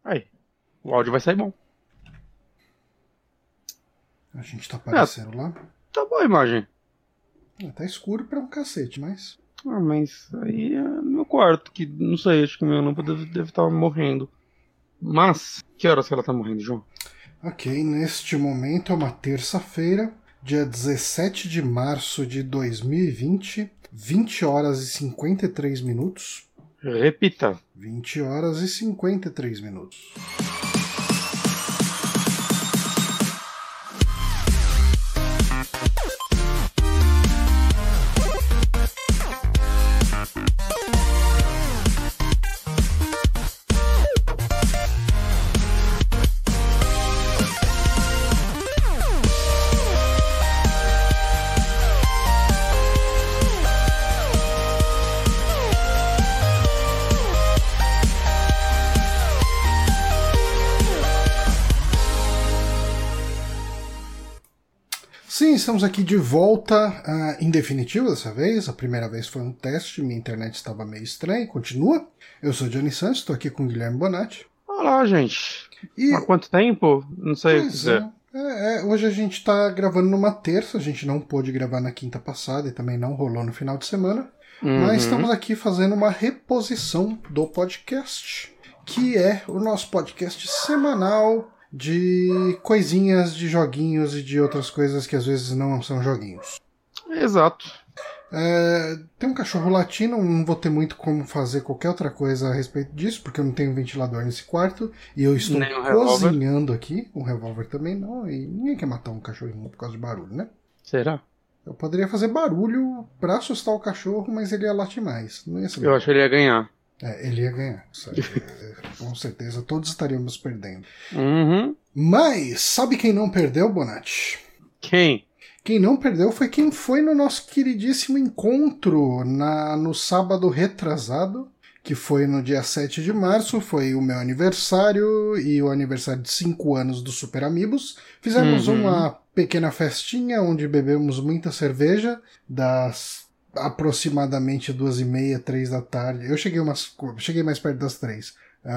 Aí, o áudio vai sair bom. A gente tá aparecendo lá. Tá boa a imagem. Tá escuro pra um cacete, mas... Mas aí é meu quarto, que não sei, acho que minha lâmpada deve estar morrendo. Mas, que horas que ela tá morrendo, João? Ok, neste momento é uma terça-feira, dia 17 de março de 2020, 20 horas e 53 minutos. Repita. 20 horas e 53 minutos. Sim, estamos aqui de volta em definitivo dessa vez. A primeira vez foi um teste, minha internet estava meio estranha, continua. Eu sou o Johnny Santos, estou aqui com o Guilherme Bonatti. Olá, gente. E... Há quanto tempo? Não sei o que Pois dizer. hoje a gente está gravando numa terça, a gente não pôde gravar na quinta passada e também não rolou no final de semana. Mas estamos aqui fazendo uma reposição do podcast, que é o nosso podcast semanal de coisinhas, de joguinhos e de outras coisas que às vezes não são joguinhos. Exato. Tem um cachorro latindo, não vou ter muito como fazer qualquer outra coisa a respeito disso, porque eu não tenho ventilador nesse quarto e eu estou cozinhando aqui. Um revólver também não, e ninguém quer matar um cachorrinho por causa de barulho, né? Será? Eu poderia fazer barulho pra assustar o cachorro, mas ele ia latir mais. Não ia ser Eu acho que ele ia ganhar. Ele ia ganhar. Com certeza, todos estaríamos perdendo. Uhum. Mas, sabe quem não perdeu, Bonatti? Quem? Quem não perdeu foi quem foi no nosso queridíssimo encontro no sábado retrasado, que foi no dia 7 de março, foi o meu aniversário e o aniversário de 5 anos do Super Amigos. Fizemos uma pequena festinha onde bebemos muita cerveja das aproximadamente 2h30, 3 da tarde. Eu cheguei mais perto das 3.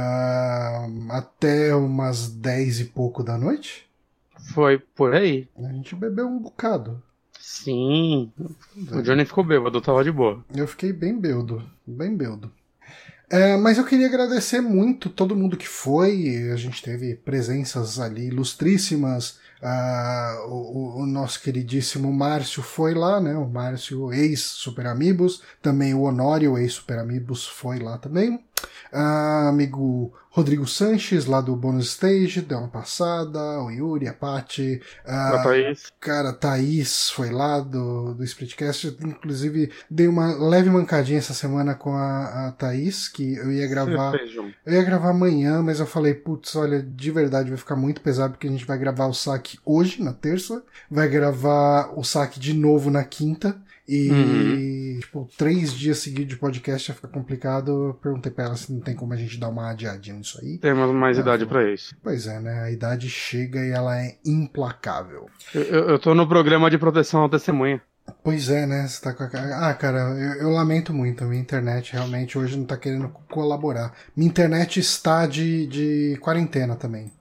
Até umas 10 e pouco da noite. Foi por aí. A gente bebeu um bocado. Sim. O Johnny ficou bêbado, tava de boa. Eu fiquei bem bêbado. Bem bêbado. Mas eu queria agradecer muito todo mundo que foi. A gente teve presenças ali ilustríssimas. O nosso queridíssimo Márcio foi lá, né? O Márcio, ex-Super Amigos. Também o Honório, ex-Super Amigos, foi lá também. Amigo Rodrigo Sanches, lá do Bonus Stage, deu uma passada. O Yuri, a Paty. A Thaís. Cara, Thaís foi lá do Splitcast. Inclusive, dei uma leve mancadinha essa semana com a Thaís, que eu ia gravar. Eu ia gravar amanhã, mas eu falei, putz, olha, de verdade vai ficar muito pesado, porque a gente vai gravar o saque hoje, na terça. Vai gravar o saque de novo na quinta. E, 3 dias seguidos de podcast ia ficar complicado. Eu perguntei pra ela se não tem como a gente dar uma adiadinha nisso aí. Temos mais idade pra isso. Pois é, né? A idade chega e ela é implacável. Eu tô no programa de proteção à testemunha. Pois é, né? Você tá com a... cara, eu lamento muito. A minha internet realmente hoje não tá querendo colaborar. Minha internet está de quarentena também.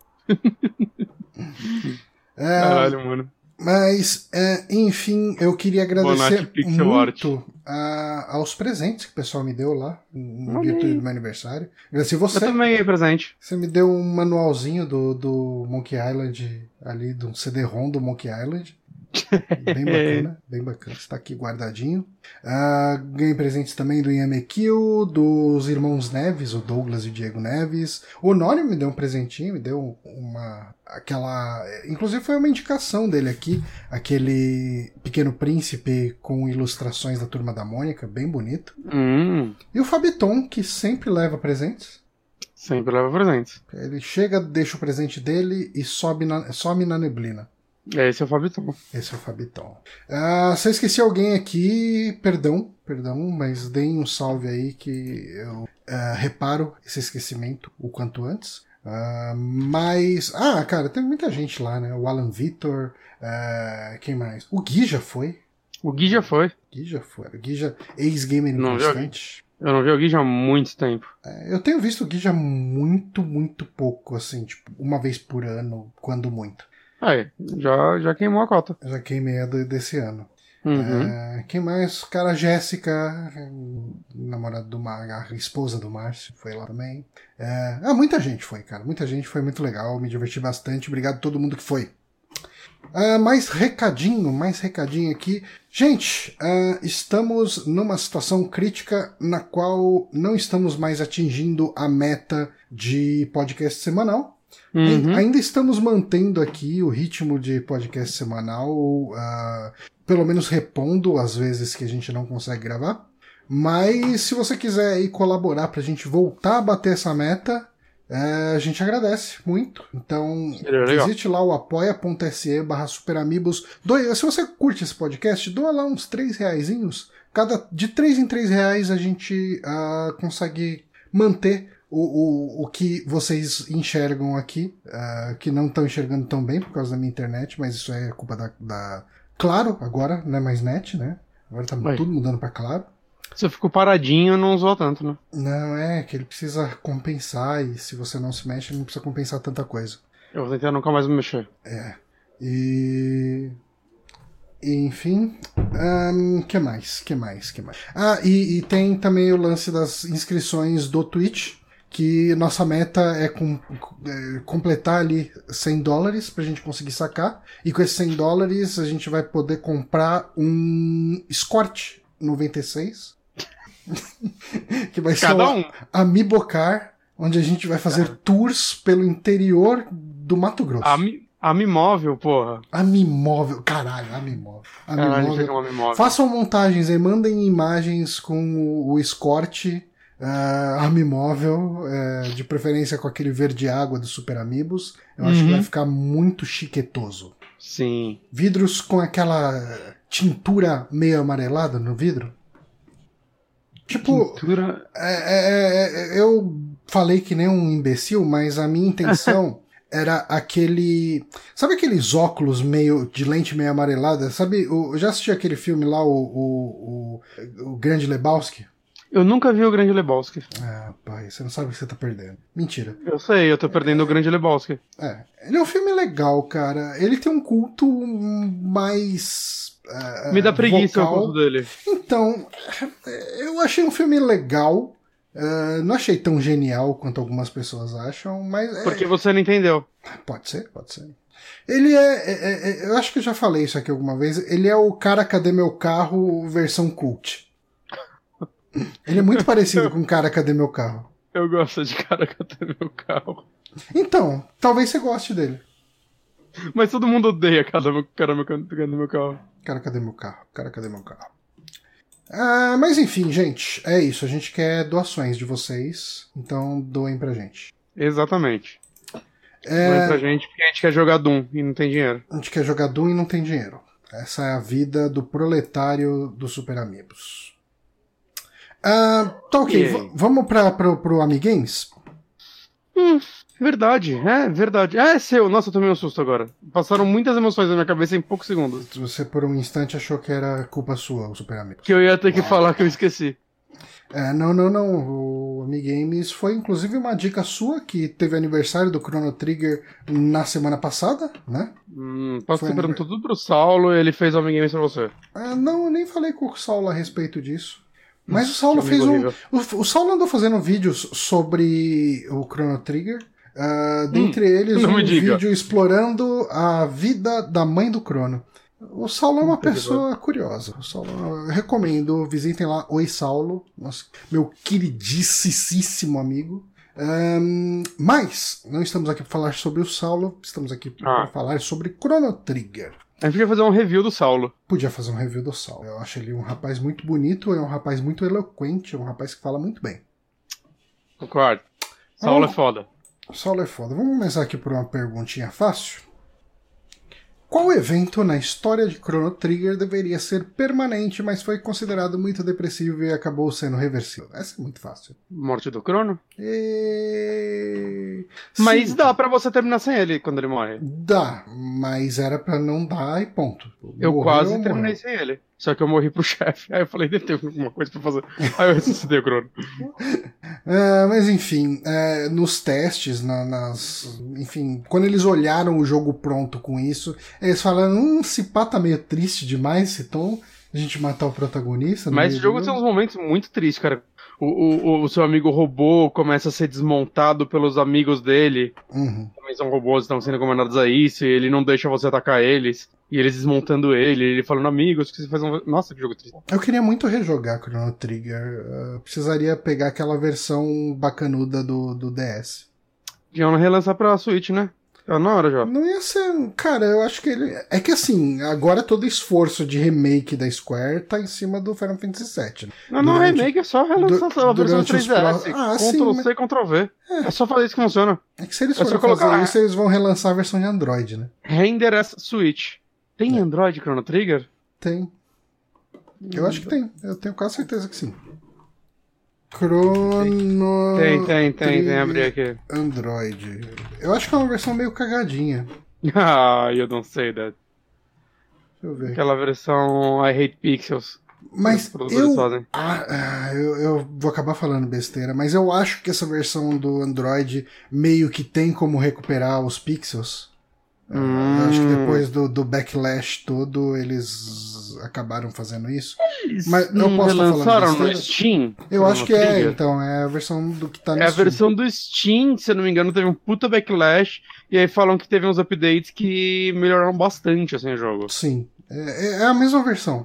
Caralho, mano. Mas, enfim, eu queria agradecer muito aos presentes que o pessoal me deu lá no dia do meu aniversário. Agradecer você. Eu também ganhei presente. Você me deu um manualzinho do Monkey Island, ali, do CD-ROM do Monkey Island. Bem bacana, bem bacana. Está aqui guardadinho. Ganhei presentes também do Yamekil, dos irmãos Neves, o Douglas e o Diego Neves. O Nório me deu um presentinho, me deu inclusive foi uma indicação dele aqui, aquele Pequeno Príncipe com ilustrações da Turma da Mônica, bem bonito. E o Fabiton, que sempre leva presentes. Sempre leva presentes. Ele chega, deixa o presente dele e some na neblina. Esse é o Fabiton. Esse é o Fabiton. Se eu esqueci alguém aqui, perdão, mas deem um salve aí que eu reparo esse esquecimento o quanto antes. Cara, tem muita gente lá, né? O Alan Vitor, quem mais? O Gui já foi. O Gui já foi. O Gui, ex-gamer inconstante. Eu não vi o Gui já há muito tempo. Eu tenho visto o Gui já muito, muito pouco, assim, tipo, uma vez por ano, quando muito. Já queimou a cota. Já queimei a desse ano. Uhum. Quem mais? Cara, Jéssica, namorada do a esposa do Márcio, foi lá também. Muita gente foi, cara. Muita gente foi muito legal. Me diverti bastante. Obrigado a todo mundo que foi. Mais recadinho aqui. Gente, estamos numa situação crítica na qual não estamos mais atingindo a meta de podcast semanal. Uhum. Ainda estamos mantendo aqui o ritmo de podcast semanal, pelo menos repondo as vezes que a gente não consegue gravar. Mas se você quiser aí colaborar pra gente voltar a bater essa meta, a gente agradece muito. Então, visite lá o apoia.se/superamigos. Se você curte esse podcast, doa lá uns R$3. De 3 em 3 reais a gente consegue manter o que vocês enxergam aqui, que não estão enxergando tão bem por causa da minha internet, mas isso é culpa da Claro, agora não é mais net, né? Agora tá tudo mudando pra Claro. Se eu fico paradinho, não zoa tanto, né? Não, é que ele precisa compensar, e se você não se mexe, não precisa compensar tanta coisa. Eu vou tentar nunca mais me mexer. Enfim, que mais? E tem também o lance das inscrições do Twitch, que nossa meta é completar ali $100 pra gente conseguir sacar, e com esses $100 a gente vai poder comprar um Escort 96, que vai ser um Amiibocar, onde a gente vai fazer tours pelo interior do Mato Grosso. Amimóvel, porra. Amimóvel, caralho, Amimóvel. Façam montagens aí, mandem imagens com o Escort Amimóvel, de preferência com aquele verde água do Super Amigos. Eu acho que vai ficar muito chiquetoso. Sim. Vidros com aquela tintura meio amarelada no vidro. Tipo, tintura... eu falei que nem um imbecil, mas a minha intenção era aquele... Sabe aqueles óculos de lente meio amarelada? Sabe, eu já assisti aquele filme lá, o Grande Lebowski? Eu nunca vi o Grande Lebowski. Pai, você não sabe o que você tá perdendo. Mentira. Eu sei, eu tô perdendo o Grande Lebowski. Ele é um filme legal, cara. Ele tem um culto mais... Me dá preguiça o culto dele. Então, eu achei um filme legal. Não achei tão genial quanto algumas pessoas acham, mas... Porque você não entendeu. Pode ser. Ele eu acho que eu já falei isso aqui alguma vez. Ele é o Cara, Cadê Meu Carro versão cult. Ele é muito parecido com Cara, Cadê Meu Carro. Eu gosto de Cara, Cadê Meu Carro. Então, talvez você goste dele. Mas todo mundo odeia Cadê Meu Carro. Cara, Cadê Meu Carro. Mas enfim, gente, é isso. A gente quer doações de vocês, então doem pra gente. Exatamente. Doem pra gente porque a gente quer jogar Doom e não tem dinheiro. A gente quer jogar Doom e não tem dinheiro. Essa é a vida do proletário do Super Amigos. Tá ok, vamos pro Amigames? Verdade. É seu. Nossa, eu tomei um susto agora. Passaram muitas emoções na minha cabeça em poucos segundos. Você por um instante achou que era culpa sua, o Super Amigos. Que eu ia ter que falar que eu esqueci. Não. O Amigames foi inclusive uma dica sua, que teve aniversário do Chrono Trigger na semana passada, né? Você perguntou tudo pro Saulo e ele fez o Amigames pra você. Não, eu nem falei com o Saulo a respeito disso. Mas o Saulo fez o Saulo andou fazendo vídeos sobre o Chrono Trigger. Dentre eles, um vídeo explorando a vida da mãe do Crono. O Saulo é uma pessoa curiosa. O Saulo, eu recomendo, visitem lá. Oi, Saulo, nosso, meu queridíssimo amigo. Mas não estamos aqui para falar sobre o Saulo, estamos aqui para falar sobre Chrono Trigger. A gente podia fazer um review do Saulo. Podia fazer um review do Saulo. Eu acho ele um rapaz muito bonito, é um rapaz muito eloquente, é um rapaz que fala muito bem. Concordo. Saulo é foda. Saulo é foda. Vamos começar aqui por uma perguntinha fácil. Qual evento na história de Chrono Trigger deveria ser permanente, mas foi considerado muito depressivo e acabou sendo reversível? Essa é muito fácil. Morte do Crono? Mas sim, dá pra você terminar sem ele quando ele morre. Dá, mas era pra não dar e ponto. Eu quase terminei sem ele. Só que eu morri pro chefe. Aí eu falei, deve ter alguma coisa pra fazer. Aí eu ressuscitei o Chrono. Mas enfim, nos testes, enfim, quando eles olharam o jogo pronto com isso, eles falaram, se pá tá meio triste demais esse tom, a gente matar o protagonista. Mas esse jogo tem uns momentos muito tristes, cara. O seu amigo robô começa a ser desmontado pelos amigos dele. Também são robôs, estão sendo comandados a isso, e ele não deixa você atacar eles. E eles desmontando ele falando, amigos, que você faz um... Nossa, que jogo triste. Eu queria muito rejogar Chrono Trigger. Precisaria pegar aquela versão bacanuda do DS. Iam relançar pra Switch, né? Tá na hora já. Não ia ser... Cara, eu acho que ele... É que assim, agora todo esforço de remake da Square tá em cima do Final Fantasy VII. Né? Não, remake é só relançar a versão 3DS. Ctrl-C, Ctrl-V. É só fazer isso que funciona. É que se eles forem fazer isso, eles vão relançar a versão de Android, né? Render essa Switch. Tem Android Chrono Trigger? Tem. Eu acho que tem. Eu tenho quase certeza que sim. Chrono... Tem, abri aqui. Android. Eu acho que é uma versão meio cagadinha. You don't say that. Deixa eu ver. Aquela versão I Hate Pixels. Mas eu vou acabar falando besteira, mas eu acho que essa versão do Android meio que tem como recuperar os pixels. Eu acho que depois do backlash todo, eles acabaram fazendo isso. Mas eu posso lançaram no Steam? Eu acho que então, é a versão do que tá no Steam. É a versão do Steam, se eu não me engano, teve um puta backlash, e aí falam que teve uns updates que melhoraram bastante, assim, o jogo. Sim, é a mesma versão.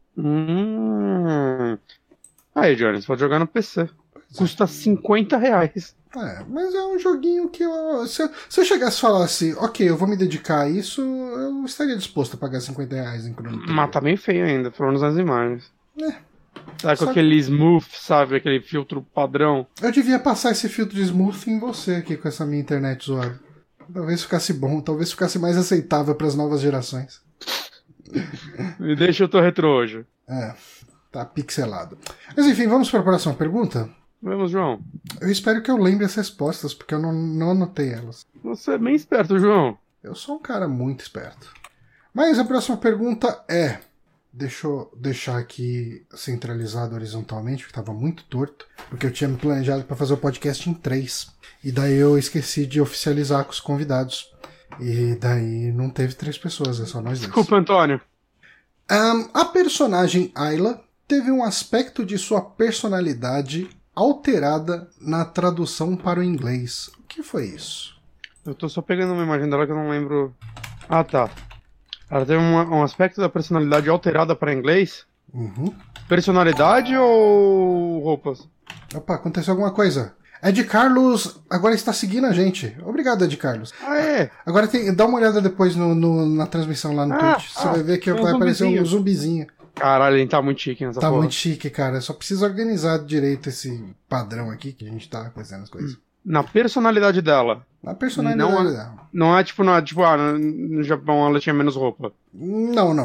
Aí, Johnny, você pode jogar no PC. Custa R$50. Mas é um joguinho que se eu chegasse e falasse, ok, eu vou me dedicar a isso, eu estaria disposto a pagar R$50 em Chrono Trigger. Mas tá bem feio ainda, pelo menos nas imagens. Tá com aquele smooth, sabe? Aquele filtro padrão. Eu devia passar esse filtro de smooth em você aqui com essa minha internet zoada. Talvez ficasse bom, talvez ficasse mais aceitável para as novas gerações. Me deixa eu tô retro hoje. Tá pixelado. Mas enfim, vamos para a próxima pergunta? Vamos, João. Eu espero que eu lembre as respostas, porque eu não anotei elas. Você é bem esperto, João. Eu sou um cara muito esperto. Mas a próxima pergunta é... Deixa eu deixar aqui centralizado horizontalmente, porque estava muito torto, porque eu tinha me planejado para fazer o podcast em 3. E daí eu esqueci de oficializar com os convidados. E daí não teve 3 pessoas, é só nós dois. Desculpa, Antônio. A personagem Ayla teve um aspecto de sua personalidade alterada na tradução para o inglês. O que foi isso? Eu tô só pegando uma imagem dela que eu não lembro... Ah, tá. Ela teve um aspecto da personalidade alterada para inglês? Personalidade ou roupas? Opa, aconteceu alguma coisa. Ed Carlos agora está seguindo a gente. Obrigado, Ed Carlos. Agora dá uma olhada depois na transmissão lá no Twitch. Você vai ver que vai aparecer um zumbizinho. Caralho, ele tá muito chique nessa porra. Tá muito chique, cara. Só precisa organizar direito esse padrão aqui que a gente tá fazendo as coisas. Na personalidade dela. Na personalidade dela. Não é tipo, no Japão ela tinha menos roupa. Não.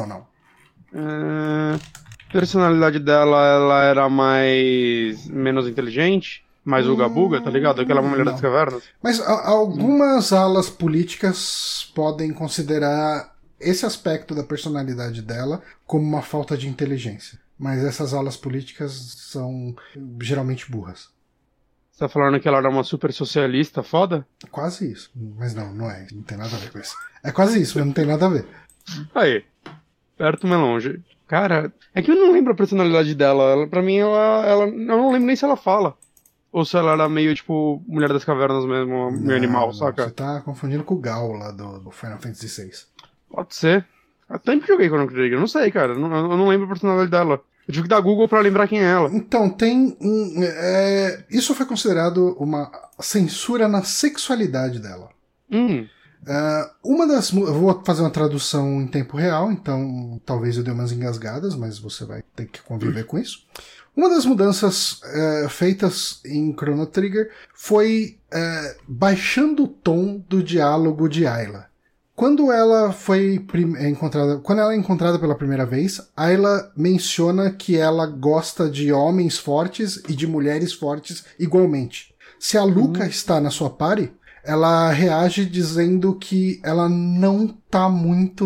Personalidade dela, ela era menos inteligente? Mais uga-buga, tá ligado? Aquela mulher das cavernas. Mas algumas alas políticas podem considerar esse aspecto da personalidade dela como uma falta de inteligência. Mas essas alas políticas são geralmente burras. Você tá falando que ela era uma super socialista foda? Quase isso. Mas não é. Não tem nada a ver com isso. É quase isso, mas não tem nada a ver. Aí. Perto, mas longe. Cara, é que eu não lembro a personalidade dela. Pra mim, ela eu não lembro nem se ela fala. Ou se ela era meio, tipo, Mulher das Cavernas mesmo, meio animal, saca? Você tá confundindo com o Gal lá do Final Fantasy VI. Pode ser. Eu sempre joguei Chrono Trigger, não sei, cara. Eu não lembro a personalidade dela. Eu tive que dar Google pra lembrar quem é ela. Então, tem isso foi considerado uma censura na sexualidade dela. Eu vou fazer uma tradução em tempo real, então talvez eu dê umas engasgadas, mas você vai ter que conviver com isso. Uma das mudanças feitas em Chrono Trigger foi baixando o tom do diálogo de Ayla. Quando ela é encontrada pela primeira vez, Ayla menciona que ela gosta de homens fortes e de mulheres fortes igualmente. Se a Luca está na sua party, ela reage dizendo que ela não tá muito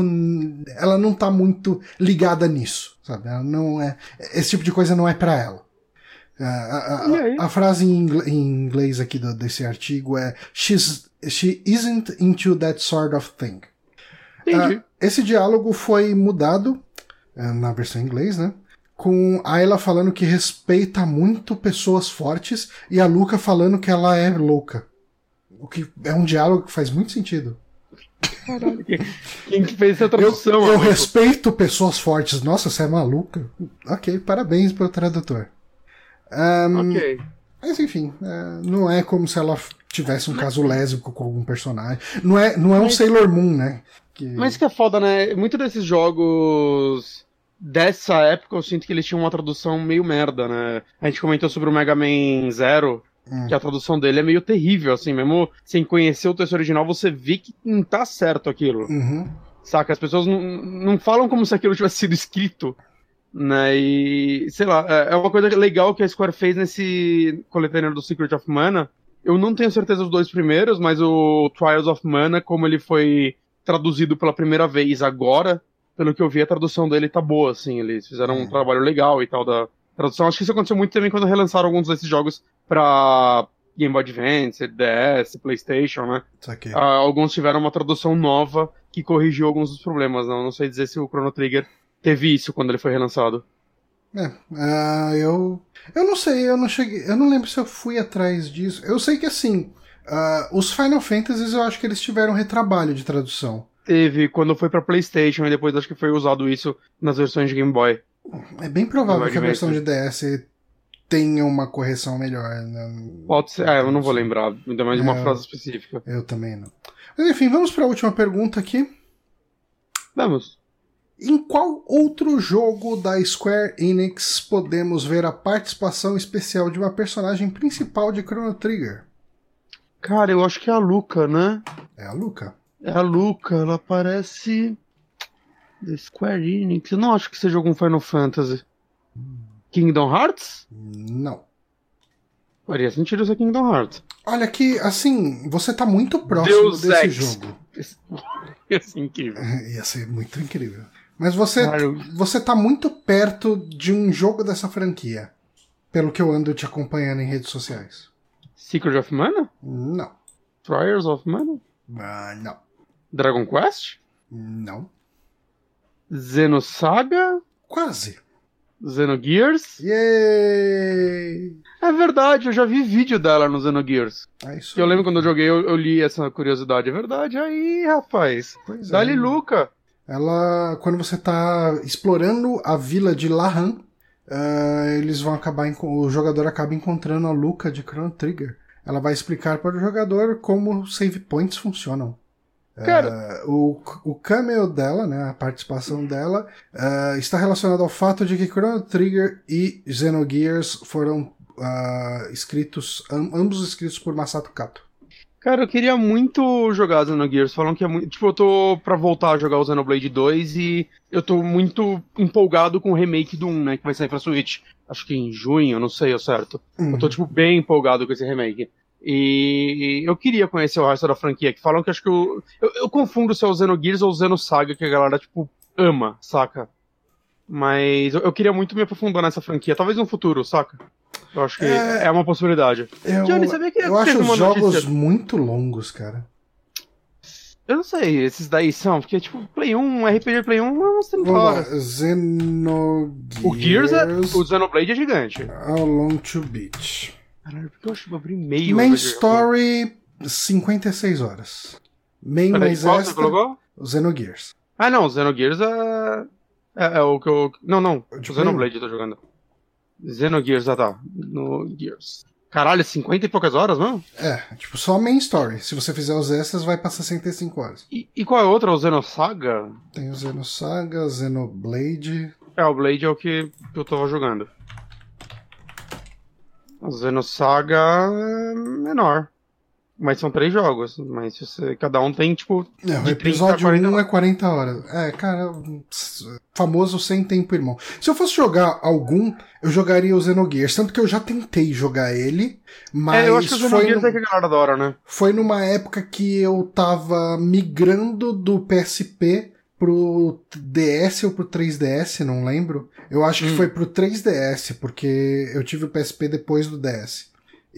ligada nisso, sabe? Ela não é, esse tipo de coisa não é pra ela. A frase em inglês aqui desse artigo é she isn't into that sort of thing. Esse diálogo foi mudado na versão em inglês, né? Com a Ayla falando que respeita muito pessoas fortes e a Luca falando que ela é louca. O que é um diálogo que faz muito sentido. Caralho, quem que fez essa tradução? Eu respeito pessoas fortes. Nossa, você é maluca? Ok, parabéns pro tradutor. Ok. Mas enfim, não é como se ela tivesse um caso lésbico com algum personagem. Não é um Sailor Moon, né? Mas que é foda, né? Muito desses jogos dessa época eu sinto que eles tinham uma tradução meio merda, né? A gente comentou sobre o Mega Man Zero, que a tradução dele é meio terrível, assim, mesmo sem conhecer o texto original, você vê que não tá certo aquilo. Saca? As pessoas não falam como se aquilo tivesse sido escrito, né? E, sei lá, é uma coisa legal que a Square fez nesse coletâneo do Secret of Mana. Eu não tenho certeza dos dois primeiros, mas o Trials of Mana, como ele foi traduzido pela primeira vez agora, pelo que eu vi, a tradução dele tá boa, assim, eles fizeram um trabalho legal e tal da tradução. Acho que isso aconteceu muito também quando relançaram alguns desses jogos pra Game Boy Advance, DS, PlayStation, né? Alguns tiveram uma tradução nova que corrigiu alguns dos problemas, não sei dizer se o Chrono Trigger teve isso quando ele foi relançado. Eu não sei, eu não lembro se eu fui atrás disso. Eu sei que assim, os Final Fantasies eu acho que eles tiveram retrabalho de tradução. Teve quando foi pra PlayStation e depois acho que foi usado isso nas versões de Game Boy. É bem provável que a versão de DS tenha uma correção melhor. Pode ser, eu não vou lembrar, ainda mais de uma frase específica. Eu também não. Mas enfim, vamos para a última pergunta aqui. Vamos. Em qual outro jogo da Square Enix podemos ver a participação especial de uma personagem principal de Chrono Trigger? Cara, eu acho que é a Luca, né? É a Luca. É a Luca, ela parece da Square Enix. Eu não acho que seja algum Final Fantasy. Kingdom Hearts? Não. Faria sentido ser Kingdom Hearts. Olha que, assim, você tá muito próximo desse jogo. Ia ser incrível. Ia ser muito incrível. Mas você tá muito perto de um jogo dessa franquia. Pelo que eu ando te acompanhando em redes sociais. Secret of Mana? Não. Trials of Mana? Não. Dragon Quest? Não. Xenosaga? Quase. Xenogears? Yay! É verdade, eu já vi vídeo dela no Xenogears. Isso eu lembro quando eu joguei, eu li essa curiosidade. É verdade, aí, rapaz. Pois Dá-lhe Luca. Ela, quando você tá explorando a vila de Lahan, eles vão acabar, o jogador acaba encontrando a Luca de Chrono Trigger. Ela vai explicar para o jogador como save points funcionam. Cara, o cameo dela, né, a participação dela, está relacionado ao fato de que Chrono Trigger e Xenogears foram ambos escritos por Masato Kato. Cara, eu queria muito jogar Xenogears. Falam que é muito. Tipo, eu tô pra voltar a jogar o Xenoblade 2 e eu tô muito empolgado com o remake do 1, né? Que vai sair pra Switch. Acho que em junho, não sei ao certo. Eu tô, tipo, bem empolgado com esse remake. E eu queria conhecer o resto da franquia, que falam que acho que eu confundo se é o Xenogears ou o Xenosaga, que a galera, tipo, ama, saca? Mas eu queria muito me aprofundar nessa franquia, talvez no futuro, saca? Eu acho que é uma possibilidade. Johnny, sabia que eu acho os jogos muito longos, cara. Eu não sei, esses daí são, porque, tipo, Play 1, RPG Play 1 é umas 30 horas. Xenogears... O Gears o Xenoblade é gigante. How long to beat? Caralho, porque eu acho que eu abri meio. Main Story, 56 horas. Main mais qual extra, você colocou? o Xenogears. Ah, não, o Xenogears é o que eu... Não, o Xenoblade eu tô jogando. Xenogears, tá. No Gears. Caralho, 50 e poucas horas, não? Tipo, só a Main Story. Se você fizer os extras, vai pra 65 horas. E qual é outra? O Xenosaga? Tem o Xenosaga, Xenoblade... O Blade é o que eu tava jogando. O Xenosaga é menor. Mas são 3 jogos, mas cada um tem, tipo... o episódio 1 é 40 horas. Cara, famoso sem tempo, irmão. Se eu fosse jogar algum, eu jogaria o Xenogears. Tanto que eu já tentei jogar ele, mas... eu acho que o Xenogears é que a galera adora, né? Foi numa época que eu tava migrando do PSP pro DS ou pro 3DS, não lembro. Eu acho que foi pro 3DS, porque eu tive o PSP depois do DS.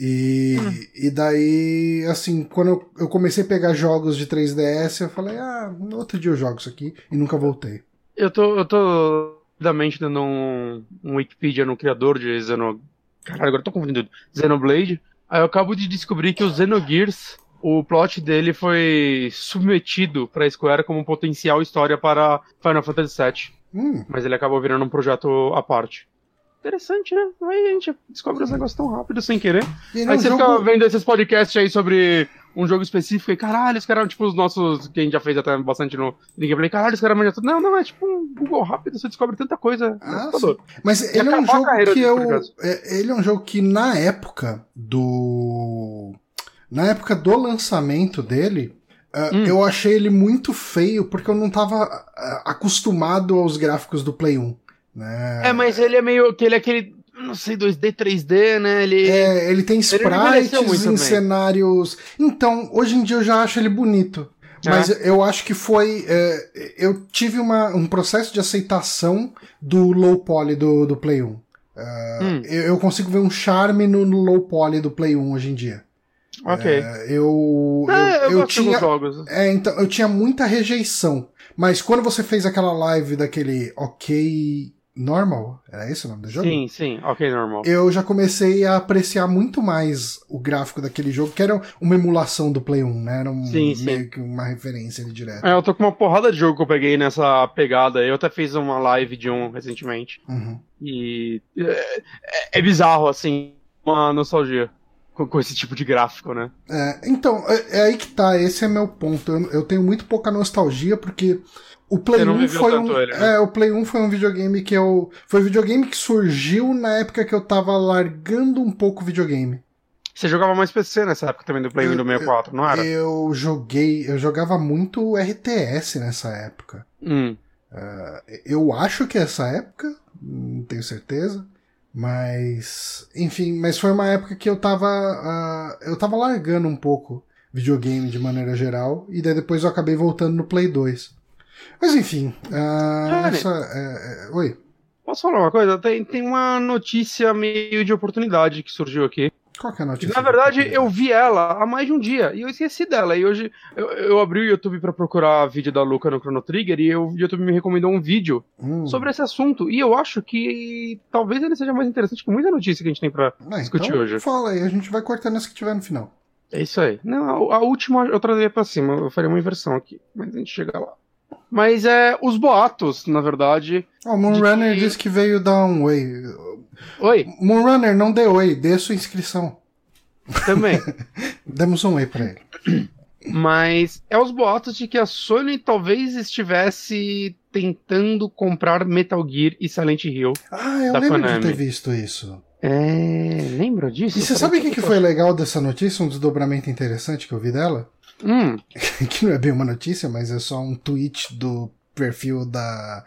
E daí, assim, quando eu comecei a pegar jogos de 3DS, eu falei, outro dia eu jogo isso aqui, e nunca voltei. Eu tô rapidamente dando um Wikipedia no criador de Caralho, agora eu tô confundindo. Xenoblade. Aí eu acabo de descobrir que o Xenogears, o plot dele foi submetido pra Square como potencial história para Final Fantasy VII. Mas ele acabou virando um projeto à parte. Interessante, né? Aí a gente descobre os negócios tão rápido sem querer. Aí você fica vendo esses podcasts aí sobre um jogo específico e caralho, os caras, tipo, os nossos, que a gente já fez até bastante no gameplay, caralho, os caras manjam tudo. Não, é tipo um Google rápido, você descobre tanta coisa. Mas ele é um jogo que ele é um jogo que na época do lançamento dele, eu achei ele muito feio, porque eu não tava acostumado aos gráficos do Play 1. Né? Mas ele é meio. Ele é aquele. Não sei, 2D, 3D, né? Ele tem sprites em cenários. Então, hoje em dia eu já acho ele bonito. Mas eu acho que foi. Eu tive um processo de aceitação do low poly do Play 1. Eu consigo ver um charme no low poly do Play 1 hoje em dia. Ok. Eu tinha jogos. Então, eu tinha muita rejeição. Mas quando você fez aquela live daquele OK Normal, era esse o nome do jogo? Sim, OK Normal. Eu já comecei a apreciar muito mais o gráfico daquele jogo, que era uma emulação do Play 1, né? Era meio que uma referência ali direto. Eu tô com uma porrada de jogo que eu peguei nessa pegada. Eu até fiz uma live de um recentemente. E é bizarro, assim, uma nostalgia com esse tipo de gráfico, né? Então, é aí que tá, esse é meu ponto. Eu tenho muito pouca nostalgia, porque o Play 1 foi o Play 1 foi um videogame foi um videogame que surgiu na época que eu tava largando um pouco o videogame. Você jogava mais PC nessa época também do Play 1 e do 64, não era? Eu jogava muito RTS nessa época. Eu acho que é essa época, não tenho certeza. Mas, enfim, mas foi uma época que eu tava largando um pouco videogame de maneira geral, e daí depois eu acabei voltando no Play 2. Mas enfim, oi. Posso falar uma coisa? Tem uma notícia meio de oportunidade que surgiu aqui. Qual que é a notícia? Na verdade, eu vi ela há mais de um dia e eu esqueci dela. E hoje eu abri o YouTube pra procurar vídeo da Luca no Chrono Trigger e o YouTube me recomendou um vídeo sobre esse assunto. E eu acho que talvez ele seja mais interessante que muita notícia que a gente tem pra discutir então hoje. Fala aí, a gente vai cortando essa que tiver no final. É isso aí. Não, a última eu traria pra cima, eu faria uma inversão aqui, mas a gente chega lá. Mas os boatos, na verdade... O Moonrunner disse que veio dar um oi. Oi? Moonrunner, não dê oi, dê sua inscrição. Também. Demos um oi pra ele. Mas os boatos de que a Sony talvez estivesse tentando comprar Metal Gear e Silent Hill. Eu lembro Konami. De ter visto isso. Lembra disso? E você sabe o que foi legal dessa notícia? Um desdobramento interessante que eu vi dela? Que não é bem uma notícia, mas é só um tweet do perfil da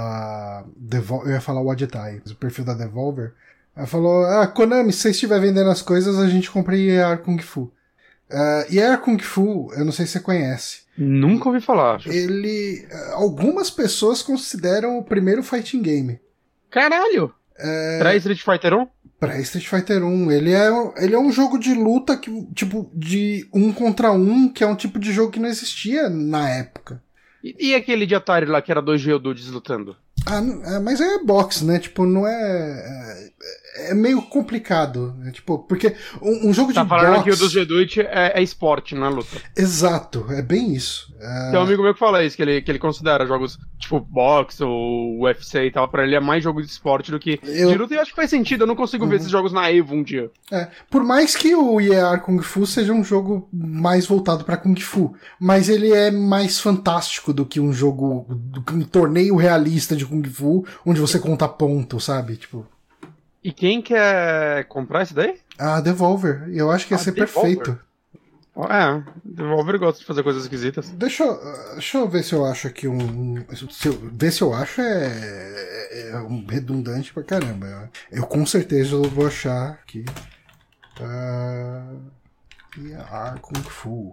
eu ia falar Wadgetai, o perfil da Devolver. Ela falou, Konami, se você estiver vendendo as coisas, a gente compra EAR Kung Fu. EAR Kung Fu, eu não sei se você conhece. Nunca ouvi falar. Algumas pessoas consideram o primeiro fighting game. Caralho! Pra Street Fighter 1? Pra Street Fighter 1. Ele é um jogo de luta que, tipo, de 1 contra 1, que é um tipo de jogo que não existia na época. E aquele de Atari lá que era 2 Geodudes lutando? Mas é boxe, né? Tipo, não é... É meio complicado, né? Tipo, porque um jogo de boxe... Tá falando que o do Geodude é esporte na luta. Exato, é bem isso. Tem um amigo meu que fala isso, que ele considera jogos tipo boxe ou UFC e tal, pra ele é mais jogo de esporte do que de luta, e eu acho que faz sentido, eu não consigo ver esses jogos na EVO um dia. Por mais que o EAR Kung Fu seja um jogo mais voltado pra Kung Fu, mas ele é mais fantástico do que um jogo, um torneio realista de Kung Fu, onde você conta ponto, sabe? Tipo... E quem quer comprar isso daí? A Devolver. Eu acho que ia ser Devolver? perfeito. Devolver gosta de fazer coisas esquisitas. Deixa eu ver se eu acho aqui ver se eu acho redundante pra caramba. Eu com certeza vou achar aqui. Kung Fu.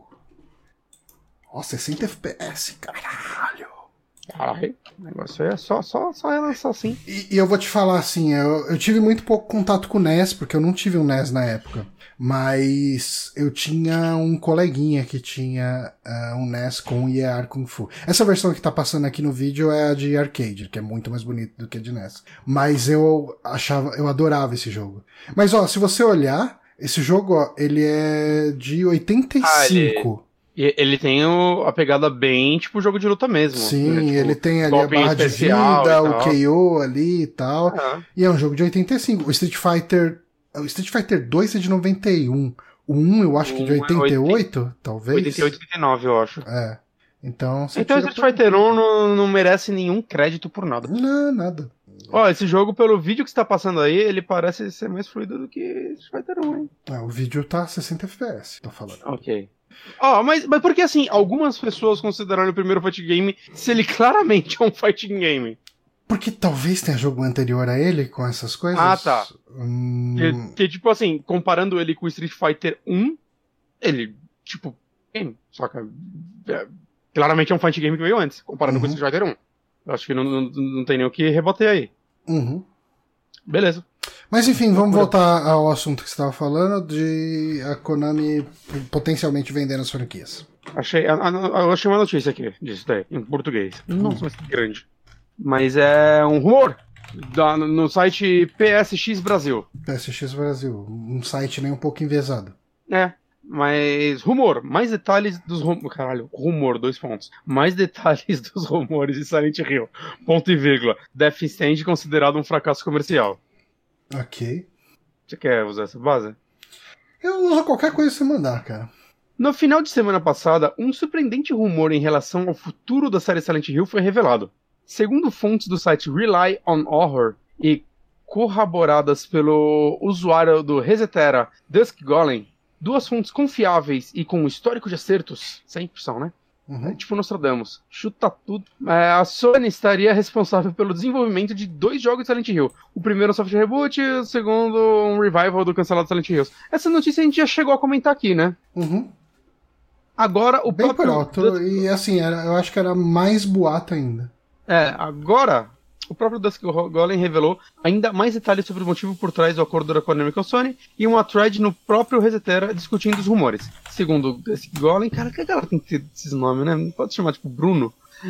Nossa, 60 FPS, caralho. Ai, o negócio é só relançar assim. E eu vou te falar assim, eu tive muito pouco contato com o NES, porque eu não tive um NES na época. Mas eu tinha um coleguinha que tinha um NES com Year Kung Fu. Essa versão que tá passando aqui no vídeo é a de arcade, que é muito mais bonita do que a de NES. Mas eu adorava esse jogo. Mas ó, se você olhar, esse jogo, ó, ele é de 85. Ele tem a pegada bem, tipo, jogo de luta mesmo. Sim, ele tem ali a barra de vida, o KO ali e tal. E é um jogo de 85. O Street Fighter 2 é de 91. O 1 eu acho que de 88, talvez. 88, 89, eu acho. Então, o Street Fighter 1 não merece nenhum crédito por nada. Não, nada. Ó, esse jogo, pelo vídeo que você tá passando aí, ele parece ser mais fluido do que Street Fighter 1, hein? O vídeo tá 60 FPS, tô falando. Ok. Mas porque assim, algumas pessoas consideraram o primeiro fighting game se ele claramente é um fighting game. Porque talvez tenha jogo anterior a ele com essas coisas. Tá. Que tipo assim, comparando ele com o Street Fighter 1, ele, tipo, game, saca? Claramente é um fighting game que veio antes, comparando com o Street Fighter 1. Eu acho que não tem nem o que rebater aí. Beleza. Mas enfim, vamos voltar ao assunto que você estava falando, de a Konami potencialmente vendendo as franquias. Eu achei uma notícia aqui disso daí, em português. Nossa, mas que grande. Mas é um rumor no site PSX Brasil. PSX Brasil, um site nem um pouco enviesado. Mas rumor, mais detalhes dos rumor, 2 pontos. Mais detalhes dos rumores de Silent Hill, ponto e vírgula. Death Stand considerado um fracasso comercial. Ok. Você quer usar essa base? Eu uso qualquer coisa que você mandar, cara. No final de semana passada, um surpreendente rumor em relação ao futuro da série Silent Hill foi revelado. Segundo fontes do site Rely on Horror e corroboradas pelo usuário do Resetera, Dusk Golem, 2 fontes confiáveis e com um histórico de acertos, sempre são, né? Tipo Nostradamus, chuta tudo. A Sony estaria responsável pelo desenvolvimento de 2 jogos de Silent Hill. O primeiro um soft reboot e o segundo um revival do cancelado Silent Hills. Essa notícia a gente já chegou a comentar aqui, né? Agora o bem próprio. E assim, eu acho que era mais boato ainda. Agora o próprio Dusk Golem revelou ainda mais detalhes sobre o motivo por trás do acordo da Konami com a Sony e uma thread no próprio Resetera discutindo os rumores. Segundo o Dusk Golem, cara, que a galera tem que ter esses nomes, né? Não pode chamar tipo Bruno.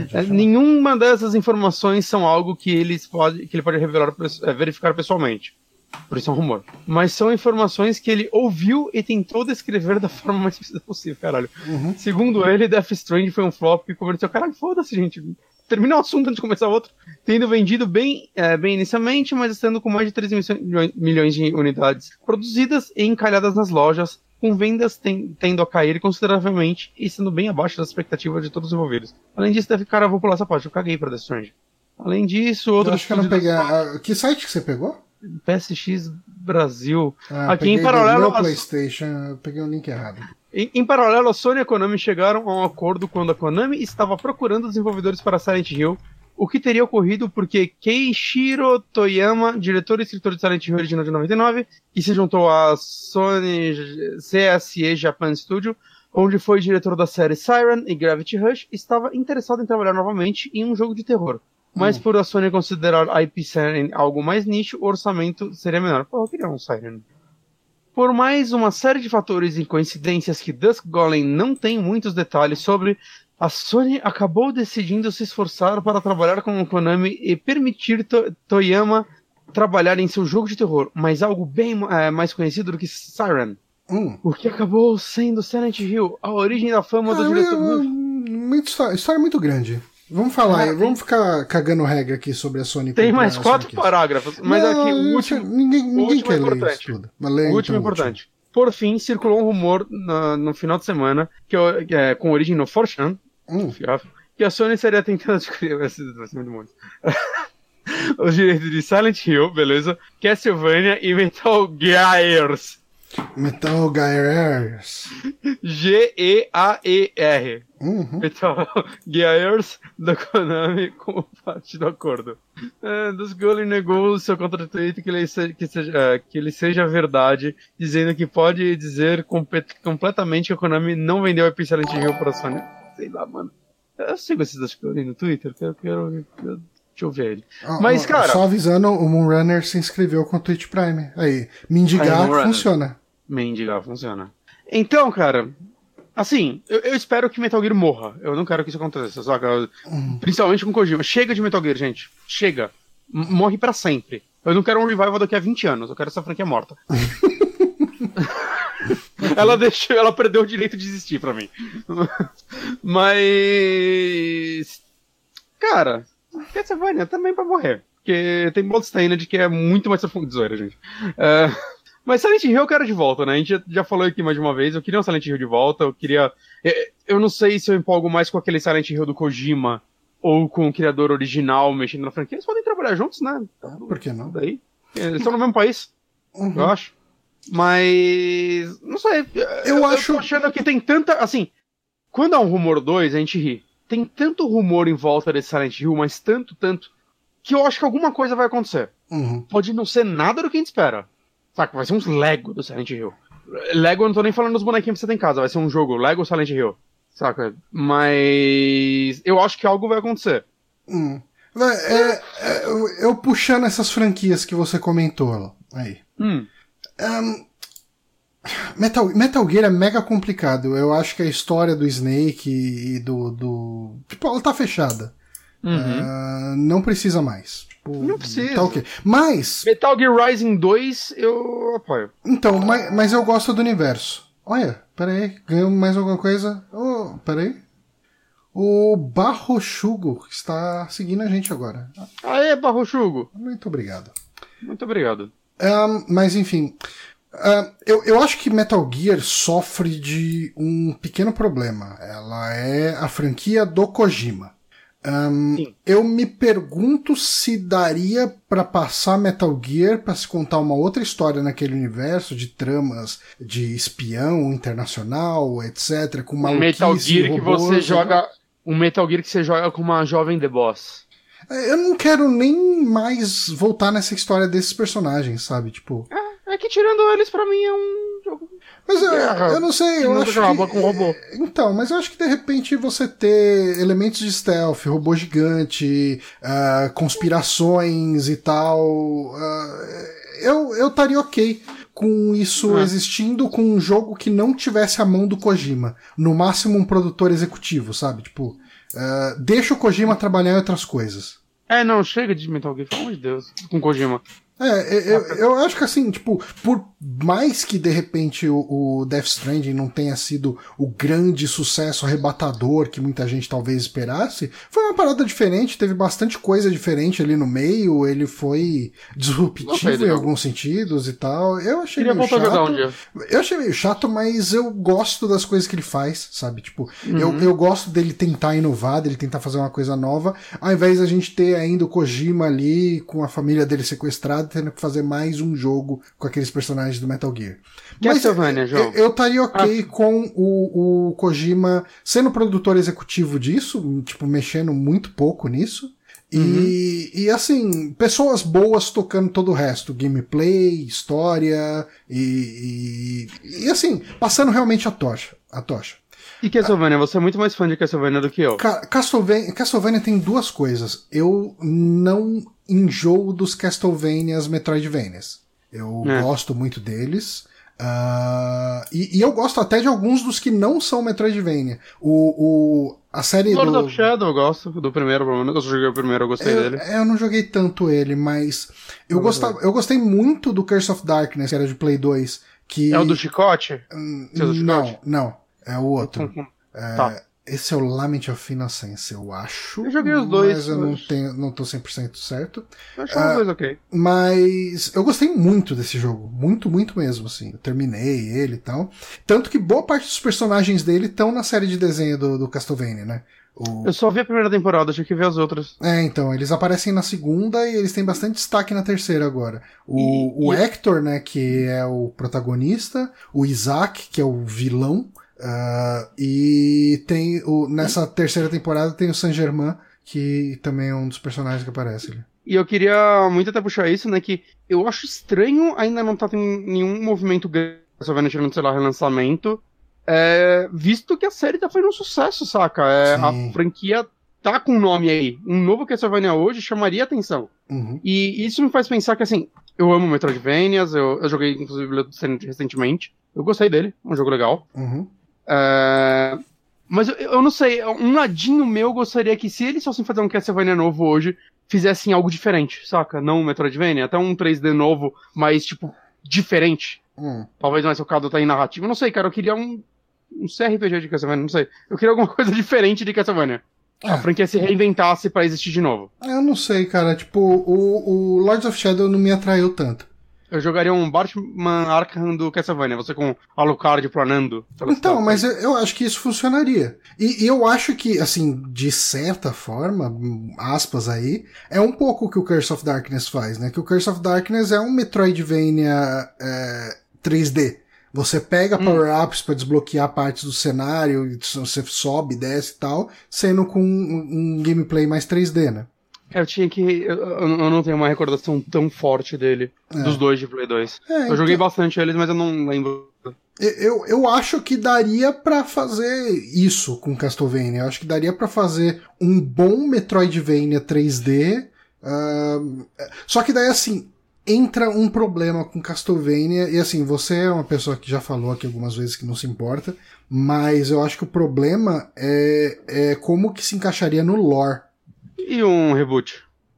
Nenhuma dessas informações são algo que ele pode revelar, verificar pessoalmente. Por isso é um rumor. Mas são informações que ele ouviu e tentou descrever da forma mais precisa possível, caralho. Segundo ele, Death Stranding foi um flop que comercial. Caralho, foda-se, gente. Termina o assunto antes de começar outro. Tendo vendido bem inicialmente, mas estando com mais de 13 milhões de unidades produzidas e encalhadas nas lojas, com vendas tendo a cair consideravelmente e sendo bem abaixo das expectativas de todos os envolvidos. Além disso, cara, eu vou pular essa parte, eu caguei pra Death Stranding. Além disso, outros... Eu acho que eu não peguei... Que site que você pegou? PSX Brasil. Aqui em paralelo... PlayStation, eu peguei um link errado. Em paralelo, a Sony e a Konami chegaram a um acordo quando a Konami estava procurando desenvolvedores para Silent Hill, o que teria ocorrido porque Keishiro Toyama, diretor e escritor de Silent Hill original de 99, que se juntou à Sony CSE Japan Studio, onde foi diretor da série Siren e Gravity Rush, estava interessado em trabalhar novamente em um jogo de terror. Mas por a Sony considerar a IP Siren algo mais nicho, o orçamento seria menor. Pô, eu queria um Siren. Por mais uma série de fatores e coincidências que Dusk Golem não tem muitos detalhes sobre, a Sony acabou decidindo se esforçar para trabalhar com o Konami e permitir Toyama trabalhar em seu jogo de terror, mas algo bem mais conhecido do que Siren. O que acabou sendo Silent Hill, a origem da fama do diretor. História muito grande. Vamos falar, vamos ficar cagando regra aqui sobre a Sony. Tem mais 4 parágrafos, mas aqui o último. Ninguém quer ler isso tudo. O último é importante. Por fim, circulou um rumor no final de semana, com origem no 4chan, que a Sony seria tentando adquirir os direitos de Silent Hill, beleza? Castlevania e Metal Gears. Metal Gear. Geaer. Metal Gear da Konami como parte do acordo. Scully negou seu contra-tweet que ele seja verdade, dizendo que pode dizer completamente que a Konami não vendeu a Epic Silent Hill para a Sony. Sei lá, mano. Eu sigo esses da Scully no Twitter, quero deixa eu ver ele. Mas, cara... Só avisando, o Moonrunner se inscreveu com o Twitch Prime. Aí, mendigar funciona. Mendigar funciona. Então, cara, assim, eu espero que Metal Gear morra. Eu não quero que isso aconteça, saca? Principalmente com Kojima. Chega de Metal Gear, gente. Chega. Morre pra sempre. Eu não quero um revival daqui a 20 anos. Eu quero essa franquia morta. Ela perdeu o direito de existir pra mim. Mas... Cara... Castlevania também pra morrer. Porque tem Bloodstained que é muito mais profundo de zoeira, gente. Mas Silent Hill eu quero de volta, né? A gente já falou aqui mais de uma vez. Eu queria um Silent Hill de volta. Eu não sei se eu empolgo mais com aquele Silent Hill do Kojima ou com o criador original mexendo na franquia. Eles podem trabalhar juntos, né? Por que não? Daí. Eles estão no mesmo país, eu acho. Mas... Não sei. Eu tô achando que tem tanta... Assim, quando há um rumor 2, a gente ri. Tem tanto rumor em volta desse Silent Hill, mas tanto, que eu acho que alguma coisa vai acontecer. Pode não ser nada do que a gente espera. Saca, vai ser uns Lego do Silent Hill. Lego eu não tô nem falando dos bonequinhos que você tem em casa, vai ser um jogo Lego Silent Hill. Saca? Mas eu acho que algo vai acontecer. Eu puxando essas franquias que você comentou aí. Metal Gear é mega complicado. Eu acho que a história do Snake e do... Tipo, ela tá fechada. Não precisa mais. Tipo, não precisa. Tá okay. Mas... Metal Gear Rising 2 eu apoio. Então, mas eu gosto do universo. Olha, peraí. Ganhou mais alguma coisa? Oh, peraí. O Barrochugo está seguindo a gente agora. Aê, Barrochugo. Muito obrigado. Muito obrigado. Mas enfim... eu acho que Metal Gear sofre de um pequeno problema. Ela é a franquia do Kojima. Eu me pergunto se daria pra passar Metal Gear pra se contar uma outra história naquele universo de tramas de espião internacional, etc. Com maluquice, Metal Gear que robôs, você joga... Um Metal Gear que você joga com uma jovem The Boss. Eu não quero nem mais voltar nessa história desses personagens, sabe? Tipo... É que tirando eles, pra mim, é um jogo... Mas eu não sei, eu acho que... com robô. Então, mas eu acho que de repente você ter elementos de stealth, robô gigante, conspirações e tal... eu estaria ok com isso existindo, com um jogo que não tivesse a mão do Kojima. No máximo um produtor executivo, sabe? Tipo, deixa o Kojima trabalhar em outras coisas. Não, chega de Metal Gear, pelo amor de Deus, com Kojima. Eu acho que assim, tipo, por mais que de repente o Death Stranding não tenha sido o grande sucesso arrebatador que muita gente talvez esperasse, foi uma parada diferente, teve bastante coisa diferente ali no meio, ele foi disruptivo em alguns sentidos e tal. Eu achei meio chato. Eu achei meio chato, mas eu gosto das coisas que ele faz, sabe? Tipo, eu gosto dele tentar inovar, dele tentar fazer uma coisa nova, ao invés da gente ter ainda o Kojima ali com a família dele sequestrada, tendo que fazer mais um jogo com aqueles personagens do Metal Gear. Castlevania, João. Eu estaria ok com o Kojima sendo produtor executivo disso, tipo, mexendo muito pouco nisso. E assim, pessoas boas tocando todo o resto, gameplay, história e assim, passando realmente a tocha. E Castlevania? Você é muito mais fã de Castlevania do que eu. Castlevania tem duas coisas. Eu não enjoo dos Castlevanias Metroidvanias. Eu gosto muito deles. E eu gosto até de alguns dos que não são Metroidvania. A série Lord of Shadow eu gosto, do primeiro, pelo menos. Eu joguei o primeiro, eu gostei dele. Eu não joguei tanto ele, mas eu gostei muito do Curse of Darkness, que era de Play 2. Que... É o do chicote? Não. É o outro. Tá. Esse é o Lament of Innocence, eu acho. Eu joguei os dois. Mas eu não tô 100% certo. Eu achei os dois ok. Mas eu gostei muito desse jogo. Muito, muito mesmo, assim. Eu terminei ele e tal. Tanto que boa parte dos personagens dele estão na série de desenho do Castlevania, né? Eu só vi a primeira temporada, tinha que ver as outras. Então, eles aparecem na segunda e eles têm bastante destaque na terceira agora. O Hector, né, que é o protagonista, o Isaac, que é o vilão, e tem nessa terceira temporada tem o Saint-Germain, que também é um dos personagens que aparece ali. E eu queria muito até puxar isso, né, que eu acho estranho ainda não tá tendo nenhum movimento grande, só vendo tirando, sei lá, relançamento, visto que a série tá fazendo um sucesso, saca? A franquia tá com um nome aí. Um novo Castlevania hoje chamaria atenção. Uhum. E isso me faz pensar que, assim, eu amo Metroidvanias, eu joguei, inclusive, recentemente. Eu gostei dele, um jogo legal. Uhum. Mas eu não sei, um ladinho meu gostaria que, se eles fossem fazer um Castlevania novo hoje, fizessem algo diferente, saca? Não um Metroidvania, até um 3D novo, mas, tipo, diferente. Talvez mais focado em narrativa. Eu não sei, cara, eu queria um CRPG de Castlevania, não sei. Eu queria alguma coisa diferente de Castlevania. A franquia se reinventasse pra existir de novo. Eu não sei, cara. Tipo, o Lords of Shadow não me atraiu tanto. Eu jogaria um Batman Arkham do Castlevania, você com Alucard planando. Então, mas eu acho que isso funcionaria. E eu acho que, assim, de certa forma, aspas aí, é um pouco o que o Curse of Darkness faz, né? Que o Curse of Darkness é um Metroidvania 3D. Você pega power-ups pra desbloquear partes do cenário, você sobe, desce e tal, sendo com um gameplay mais 3D, né? Eu não tenho uma recordação tão forte dele, dos dois de Play 2. Eu joguei bastante eles, mas eu não lembro. Eu acho que daria pra fazer isso com Castlevania. Eu acho que daria pra fazer um bom Metroidvania 3D. Só que daí, assim, entra um problema com Castlevania. E assim, você é uma pessoa que já falou aqui algumas vezes que não se importa, mas eu acho que o problema é como que se encaixaria no lore. E um reboot?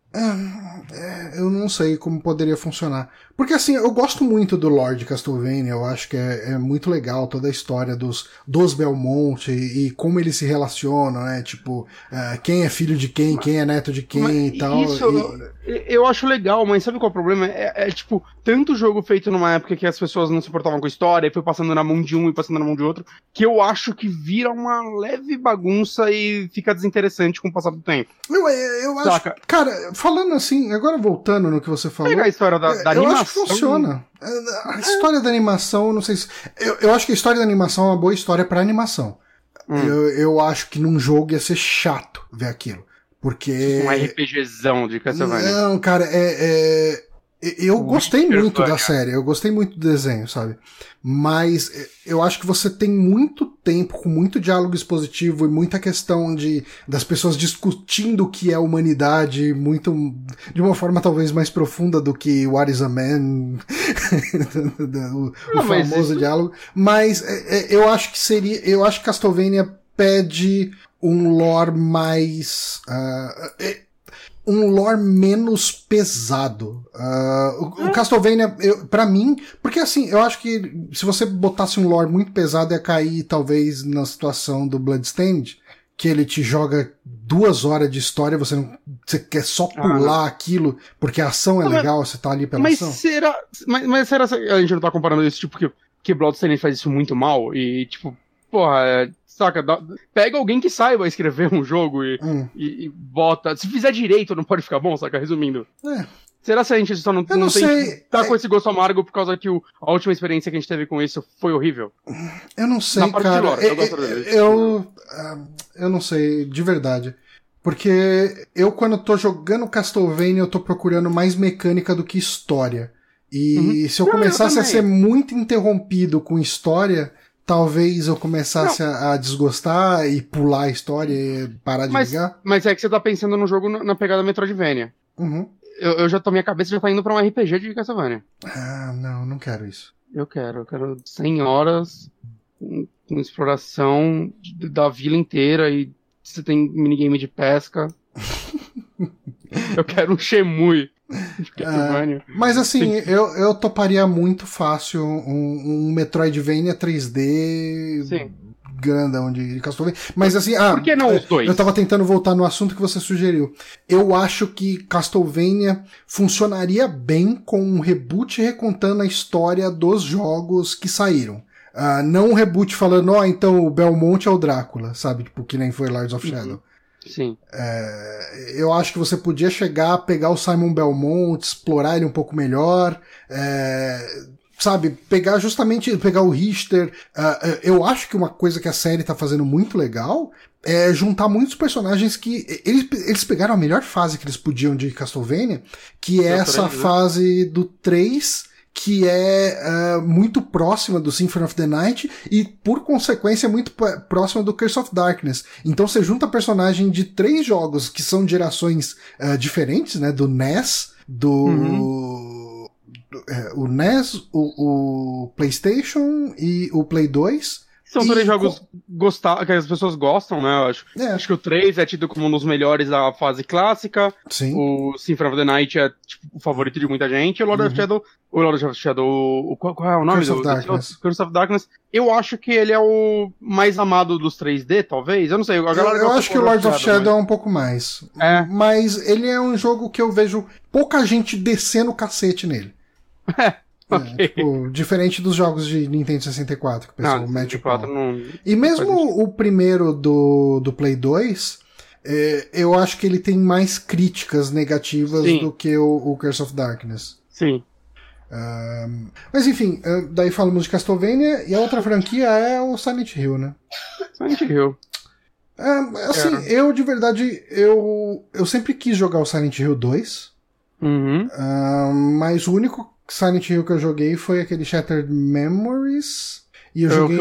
Eu não sei como poderia funcionar. Porque assim, eu gosto muito do lore de Castlevania, eu acho que é muito legal toda a história dos Belmont e como eles se relacionam, né? Tipo, quem é filho de quem é neto de quem e tal. Isso, eu acho legal, mas sabe qual é o problema? Tipo, tanto jogo feito numa época que as pessoas não se importavam com a história e foi passando na mão de um e passando na mão de outro, que eu acho que vira uma leve bagunça e fica desinteressante com o passar do tempo. Eu acho. Cara, falando assim, agora voltando no que você falou. Pega a história da animação. Eu acho que funciona. A história da animação, não sei se. Eu acho que a história da animação é uma boa história pra animação. Eu acho que num jogo ia ser chato ver aquilo. Porque. Um RPGzão de Castlevania. Não, cara, eu gostei muito da série, eu gostei muito do desenho, sabe? Mas eu acho que você tem muito tempo, com muito diálogo expositivo e muita questão das pessoas discutindo o que é humanidade, muito de uma forma talvez mais profunda do que What is a Man, o famoso diálogo. Mas eu acho que Castlevania pede um lore mais... um lore menos pesado. O Castlevania, pra mim... Porque assim, eu acho que se você botasse um lore muito pesado ia cair talvez na situação do Bloodstained, que ele te joga 2 horas de história, você quer só pular aquilo, porque a ação é legal, você tá ali pela ação. Mas será que a gente não tá comparando isso, tipo, que Bloodstained faz isso muito mal? E, tipo, porra, saca, pega alguém que saiba escrever um jogo e bota. Se fizer direito, não pode ficar bom, saca? Resumindo. Será que a gente só não tem com esse gosto amargo por causa que a última experiência que a gente teve com isso foi horrível? Eu não sei, cara. Eu não sei, de verdade. Porque quando tô jogando Castlevania, eu tô procurando mais mecânica do que história. E se eu começasse a ser muito interrompido com história... Talvez eu começasse a desgostar e pular a história e parar de ligar. Mas é que você tá pensando no jogo na pegada Metroidvania. Minha cabeça já tá indo pra um RPG de Castlevania. Não quero isso. Eu quero 100 horas com exploração da vila inteira e você tem minigame de pesca. Eu quero um Shenmue. Mas assim, eu toparia muito fácil um Metroidvania 3D grandão de Castlevania. Mas assim, por que não os dois? Eu tava tentando voltar no assunto que você sugeriu. Eu acho que Castlevania funcionaria bem com um reboot recontando a história dos jogos que saíram. Não um reboot falando, então o Belmont é o Drácula, sabe? Tipo, que nem foi Lords of Shadow. Sim. Eu acho que você podia chegar, pegar o Simon Belmont, explorar ele um pouco melhor, sabe? Pegar o Richter. Eu acho que uma coisa que a série tá fazendo muito legal é juntar muitos personagens que eles pegaram a melhor fase que eles podiam de Castlevania, que é essa fase do 3, que é muito próxima do Symphony of the Night e, por consequência, muito próxima do Curse of Darkness. Então você junta personagem de 3 jogos que são de gerações diferentes, né? Do NES, o NES, o PlayStation e o Play 2. São 3 jogos que as pessoas gostam, né? Eu acho. Acho que o 3 é tido como um dos melhores da fase clássica. Sim. O Symphony of the Night é tipo, o favorito de muita gente. E o Lord of Shadow. O Lord of Shadow. Qual é o nome Curse of Darkness. Curse of Darkness. Eu acho que ele é o mais amado dos 3D, talvez. Eu não sei. Eu acho que o Lord of Shadow é um pouco mais. Mas ele é um jogo que eu vejo pouca gente descendo o cacete nele. Okay. Tipo, diferente dos jogos de Nintendo 64, que o pessoal mete o pau. Não... E mesmo o primeiro do Play 2, eu acho que ele tem mais críticas negativas do que o Curse of Darkness. Sim. Mas enfim, daí falamos de Castlevania, e a outra franquia é o Silent Hill, né? Silent Hill. Eu de verdade, eu sempre quis jogar o Silent Hill 2, mas o único Silent Hill que eu joguei foi aquele Shattered Memories. E eu joguei.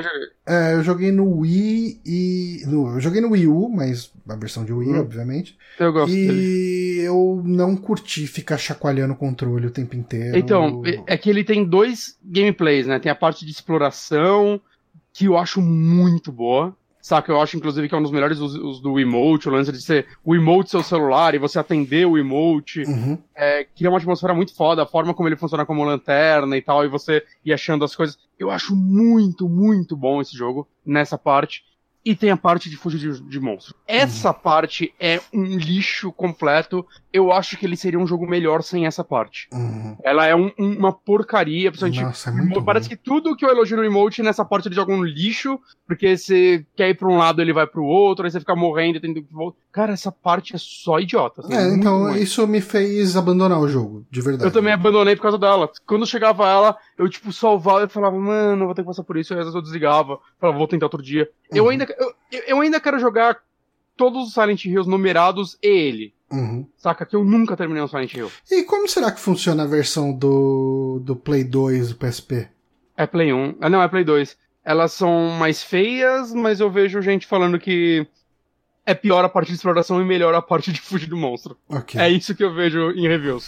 Eu joguei no Wii eu joguei no Wii U, mas a versão de Wii, obviamente. Eu gosto dele. E eu não curti ficar chacoalhando o controle o tempo inteiro. Então, é que ele tem 2 gameplays, né? Tem a parte de exploração, que eu acho muito boa. Saca? Eu acho, inclusive, que é um dos melhores os do emote, o lance de ser o emote seu celular e você atender o emote. Cria uma atmosfera muito foda, a forma como ele funciona como lanterna e tal, e você ir achando as coisas. Eu acho muito, muito bom esse jogo, nessa parte. E tem a parte de fugir de monstro. Essa parte é um lixo completo. Eu acho que ele seria um jogo melhor sem essa parte. Ela é uma porcaria. Nossa, é parece que tudo que eu elogio no emote, nessa parte ele joga um lixo, porque você quer ir pra um lado, ele vai pro outro, aí você fica morrendo e tem que voltar. Cara, essa parte é só idiota. Assim, então isso me fez abandonar o jogo, de verdade. Eu também abandonei por causa dela. Quando chegava ela, eu salvava e falava, mano, vou ter que passar por isso. Aí às vezes eu desligava, falava, vou tentar outro dia. Eu ainda quero jogar todos os Silent Hills numerados e ele. Saca? Que eu nunca terminei um Silent Hill. E como será que funciona a versão do Play 2 do PSP? É Play 1. Não, é Play 2. Elas são mais feias, mas eu vejo gente falando que é pior a parte de exploração e melhor a parte de fugir do monstro. Okay. É isso que eu vejo em reviews.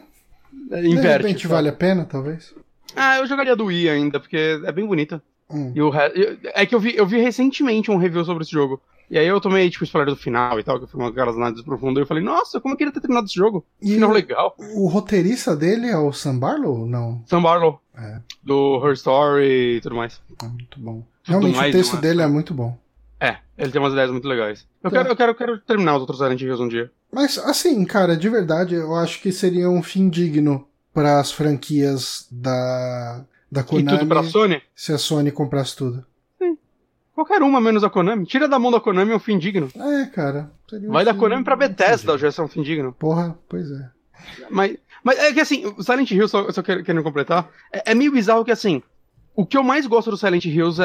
De repente vale a pena, talvez? Eu jogaria do Wii ainda, porque é bem bonita. É que eu vi recentemente um review sobre esse jogo. E aí eu tomei, spoiler do final e tal, que eu fui uma aquelas análises profundas, e eu falei, nossa, como eu queria ter terminado esse jogo. Final legal. O roteirista dele é o Sam Barlow ou não? Sam Barlow. Do Her Story e tudo mais. Muito bom. Realmente o texto dele é muito bom. Ele tem umas ideias muito legais. Eu quero terminar os outros Silent Hills um dia. Mas, assim, cara, de verdade, eu acho que seria um fim digno para as franquias da Konami. E tudo pra Sony? Se a Sony comprasse tudo. Sim. Qualquer uma, menos a Konami. Tira da mão da Konami, é um fim digno. Cara. Vai da Konami pra Bethesda, já é um fim digno. Porra, pois é. Mas é que assim, o Silent Hill, só querendo completar, é meio bizarro que assim, o que eu mais gosto do Silent Hills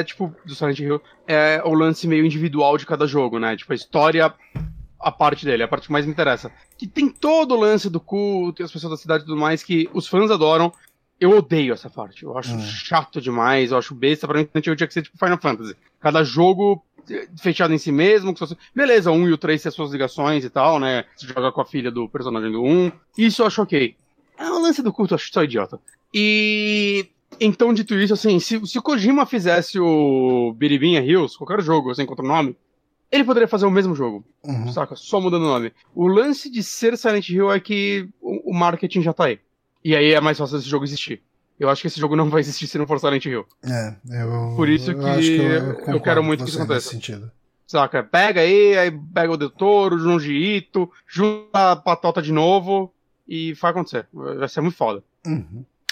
é o lance meio individual de cada jogo, né? Tipo, a história, a parte dele, a parte que mais me interessa. Que tem todo o lance do culto e as pessoas da cidade e tudo mais que os fãs adoram. Eu odeio essa parte. Eu acho chato demais, eu acho besta. Pra mim, tinha que ser tipo Final Fantasy. Cada jogo fechado em si mesmo. Beleza, o 1 e o 3 tem as suas ligações e tal, né? Você joga com a filha do personagem do 1. Isso eu acho ok. O lance do culto eu acho só idiota. E então, dito isso, assim, se o Kojima fizesse o Biribinha Hills, qualquer jogo, assim, com outro nome, ele poderia fazer o mesmo jogo, saca? Só mudando o nome. O lance de ser Silent Hill é que o marketing já tá aí. E aí é mais fácil esse jogo existir. Eu acho que esse jogo não vai existir se não for Silent Hill. Por isso que eu quero muito que isso aconteça. Sentido. Saca? Pega aí pega o Del Toro, o Junji Ito, junta a patota de novo e faz acontecer. Vai ser muito foda.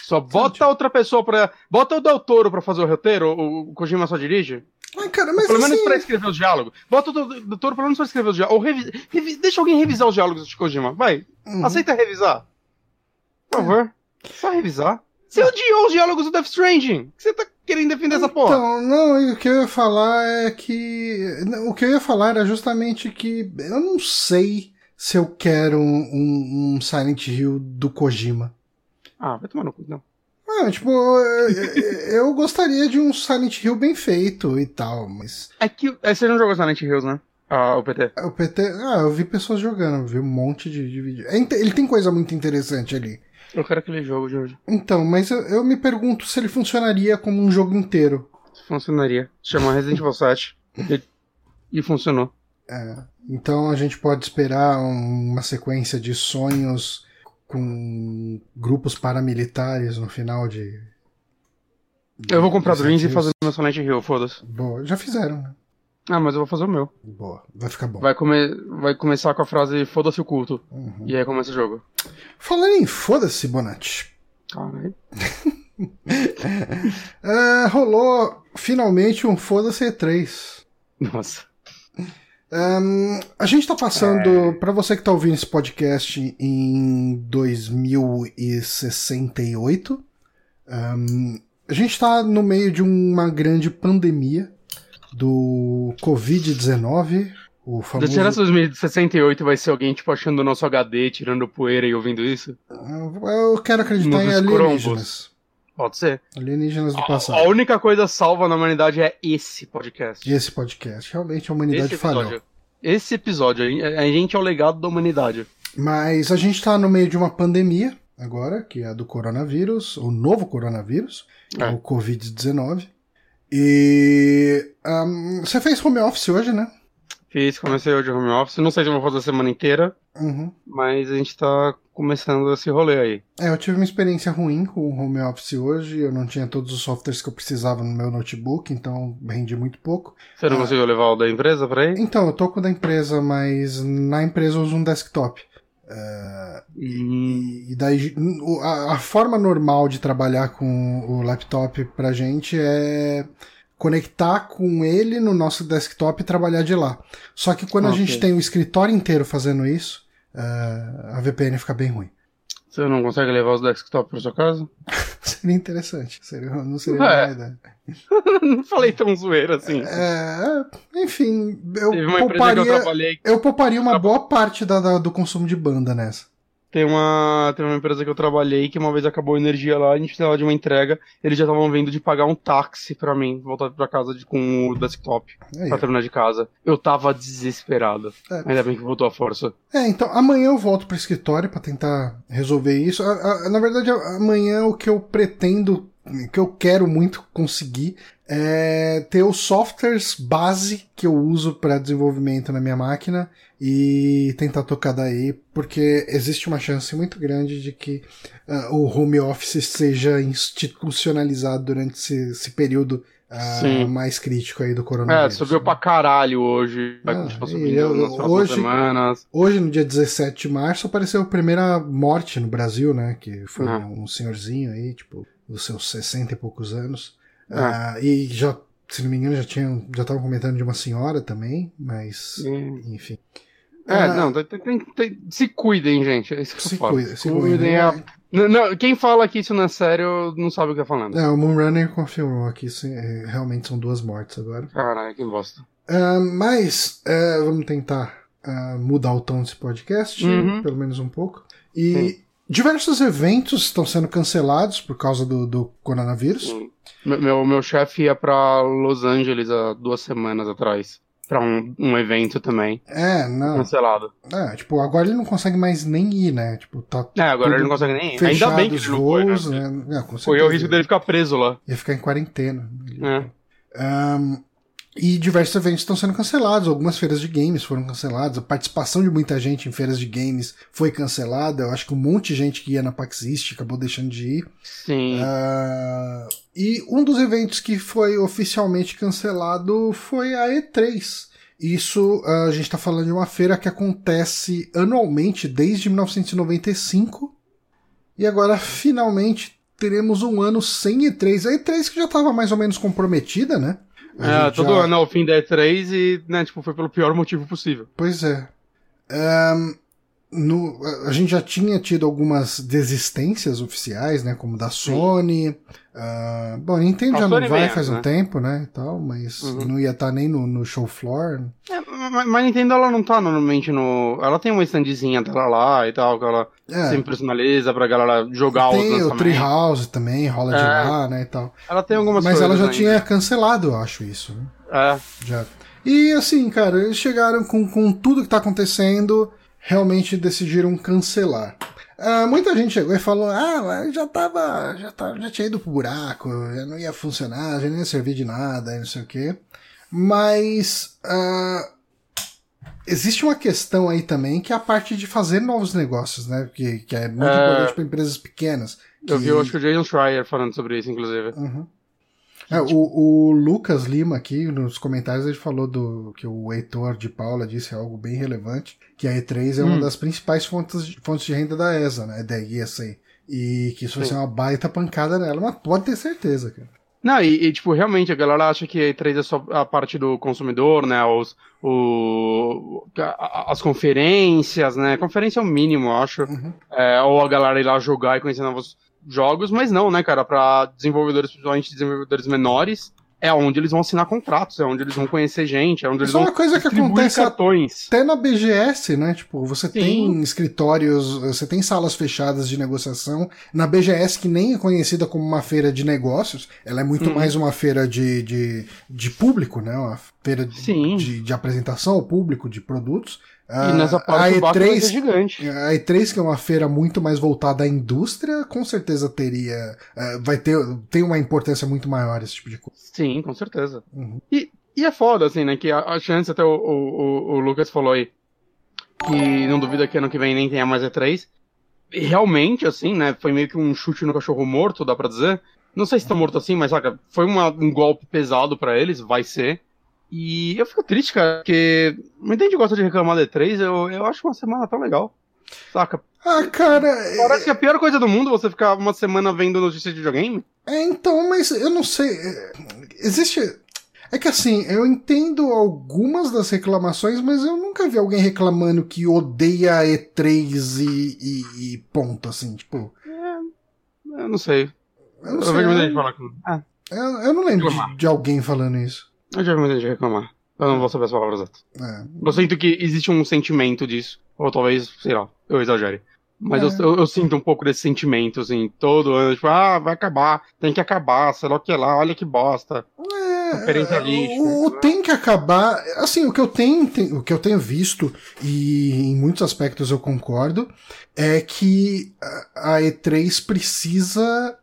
Só bota outra pessoa pra... Bota o Del Toro pra fazer o roteiro, o Kojima só dirige. Ai, cara, mas pelo assim... menos pra escrever os diálogos. Bota o Del Toro pelo menos pra escrever os diálogos. Ou deixa alguém revisar os diálogos de Kojima. Vai. Aceita revisar. Por favor. Só revisar. Você odiou os diálogos do Death Stranding. Que você tá querendo defender essa porra? Então, não, o que eu ia falar é que... O que eu ia falar era justamente que eu não sei se eu quero um Silent Hill do Kojima. Ah, vai tomar no cu, não. Tipo, eu gostaria de um Silent Hill bem feito e tal, mas... É que você não jogou Silent Hills, né? O PT. O PT... eu vi pessoas jogando, eu vi um monte de vídeo. Ele tem coisa muito interessante ali. Eu quero aquele jogo de hoje. Então, mas eu me pergunto se ele funcionaria como um jogo inteiro. Funcionaria. Se chama Resident Evil 7. E funcionou. Então a gente pode esperar uma sequência de sonhos com grupos paramilitares no final de eu vou comprar Dreams e fazer meu Silent Hill, foda-se. Boa, já fizeram, né? Ah, mas eu vou fazer o meu. Boa, vai ficar bom. Vai começar com a frase foda-se o culto. E aí começa o jogo. Falando em foda-se, Bonatti. Caralho. Rolou finalmente um foda-se E3. Nossa. A gente tá passando, pra você que tá ouvindo esse podcast em 2068, a gente tá no meio de uma grande pandemia do Covid-19, o famoso... Será que 2068 vai ser alguém, tipo, achando o nosso HD, tirando poeira e ouvindo isso? Eu quero acreditar em alienígenas. Pode ser. Alienígenas do passado. A única coisa salva na humanidade é esse podcast. Realmente a humanidade falhou. Esse episódio, a gente é o legado da humanidade. Mas a gente tá no meio de uma pandemia agora, que é a do coronavírus, o novo coronavírus, o Covid-19. E você fez home office hoje, né? Comecei hoje home office. Não sei se eu vou fazer a semana inteira, mas a gente tá começando esse rolê aí. Eu tive uma experiência ruim com o home office hoje. Eu não tinha todos os softwares que eu precisava no meu notebook, então rendi muito pouco. Você não conseguiu levar o da empresa pra aí? Então, eu tô com o da empresa, mas na empresa eu uso um desktop. E daí a forma normal de trabalhar com o laptop pra gente é conectar com ele no nosso desktop e trabalhar de lá. Só que quando a gente tem o escritório inteiro fazendo isso, a VPN fica bem ruim. Você não consegue levar os desktop pra sua casa? Seria interessante. Não seria uma ideia. Não falei tão zoeira assim. Enfim, eu pouparia uma boa parte do consumo de banda nessa. Tem uma empresa que eu trabalhei que uma vez acabou a energia lá, a gente precisava de uma entrega, eles já estavam vendo de pagar um táxi pra mim, voltar pra casa com o desktop, pra terminar de casa. Eu tava desesperado. Ainda bem que voltou a força. Então, amanhã eu volto pro escritório pra tentar resolver isso. Na verdade, amanhã o que eu pretendo, que eu quero muito conseguir, é ter os softwares base que eu uso para desenvolvimento na minha máquina e tentar tocar daí, porque existe uma chance muito grande de que o home office seja institucionalizado durante esse período mais crítico aí do coronavírus. Subiu pra caralho hoje. Vai continuar subindo nas próximas semanas. Hoje, no dia 17 de março, apareceu a primeira morte no Brasil, né? Que foi um senhorzinho aí, tipo, dos seus 60 e poucos anos. E já, se não me engano, já estavam comentando de uma senhora também, mas enfim. Se cuidem, gente. É isso que se cuidem. Não, quem fala que isso não é sério não sabe o que tá falando. O Moonrunner confirmou que isso realmente são 2 mortes agora. Caralho, que bosta. Mas vamos tentar mudar o tom desse podcast, pelo menos um pouco. E diversos eventos estão sendo cancelados por causa do coronavírus. Meu chefe ia pra Los Angeles há 2 semanas atrás. Pra um evento também. Não. Cancelado. Tipo, agora ele não consegue mais nem ir, né? Tipo, tá. Agora ele não consegue nem ir. Ainda bem que ele não foi, voos, né? Foi o risco dele ficar preso lá. Ia ficar em quarentena. E diversos eventos estão sendo cancelados. Algumas feiras de games foram canceladas. A participação de muita gente em feiras de games foi cancelada. Eu acho que um monte de gente que ia na PAX East acabou deixando de ir. Sim. E um dos eventos que foi oficialmente cancelado foi a E3. Isso, a gente está falando de uma feira que acontece anualmente desde 1995. E agora, finalmente, teremos um ano sem E3. A E3 que já tava mais ou menos comprometida, né? Todo ano é o fim da E3 e, né, tipo, foi pelo pior motivo possível. Pois é. A gente já tinha tido algumas desistências oficiais, né? Como da Sony. Bom, a Nintendo já não vai faz um tempo, né? E tal, mas não ia estar nem no show floor. Mas a Nintendo, ela não tá normalmente no... Ela tem uma standzinha dela lá e tal, que ela sempre personaliza pra galera jogar os lançamentos. Tem o Treehouse também, rola de lá, né? E tal. Ela tem algumas coisas. Mas ela já ainda tinha cancelado, eu acho, isso. Né? Já. E assim, cara, eles chegaram com tudo que tá acontecendo... realmente decidiram cancelar. Muita gente chegou e falou, já tinha ido pro buraco, já não ia funcionar, já não ia servir de nada, não sei o quê. Mas existe uma questão aí também, que é a parte de fazer novos negócios, né? Que é muito importante para empresas pequenas. Eu vi, acho que o Jason Schreier falando sobre isso, inclusive. Uhum. O Lucas Lima aqui, nos comentários, ele falou que o Heitor de Paula disse algo bem relevante, que a E3 é uma das principais fontes de renda da ESA, né, da ESA, e que isso vai ser uma baita pancada nela, mas pode ter certeza, cara. Não, tipo, realmente, a galera acha que a E3 é só a parte do consumidor, né, as conferências, né, conferência é o mínimo, eu acho, ou a galera ir lá jogar e conhecer novos jogos, mas não, né, cara, pra desenvolvedores, principalmente desenvolvedores menores, é onde eles vão assinar contratos, é onde eles vão conhecer gente, é onde eles vão distribuir cartões. Isso é uma coisa que acontece até na BGS, né, tipo, você tem escritórios, você tem salas fechadas de negociação, na BGS, que nem é conhecida como uma feira de negócios, ela é muito mais uma feira de público, né, uma feira de apresentação ao público de produtos. E nessa parte a E3 é gigante. A E3, que é uma feira muito mais voltada à indústria, com certeza tem uma importância muito maior esse tipo de coisa. Sim, com certeza. E é foda, assim, né, que a chance, até o Lucas falou aí, que não duvida que ano que vem nem tenha mais E3. E realmente, assim, né, foi meio que um chute no cachorro morto, dá pra dizer. Não sei se tá morto assim, mas, saca, foi um golpe pesado pra eles, vai ser. E eu fico triste, cara, porque muita gente gosta de reclamar da E3, eu acho uma semana tão legal, saca? Cara... Parece que a pior coisa do mundo é você ficar uma semana vendo notícia de videogame. Então, mas eu não sei... Existe... É que assim, eu entendo algumas das reclamações, mas eu nunca vi alguém reclamando que odeia a E3 e ponto, assim, tipo... Eu não sei. Eu vejo muita gente falar que... Eu não lembro de alguém falando isso. Eu já vi muita gente reclamar. Eu não vou saber as palavras exatas. Eu sinto que existe um sentimento disso. Ou talvez, sei lá, eu exagere. Mas eu sinto um pouco desse sentimento, assim, todo ano. Tipo, vai acabar, tem que acabar, sei lá o que lá, olha que bosta. Tem que acabar. Assim, o que eu tenho visto, e em muitos aspectos eu concordo, é que a E3 precisa...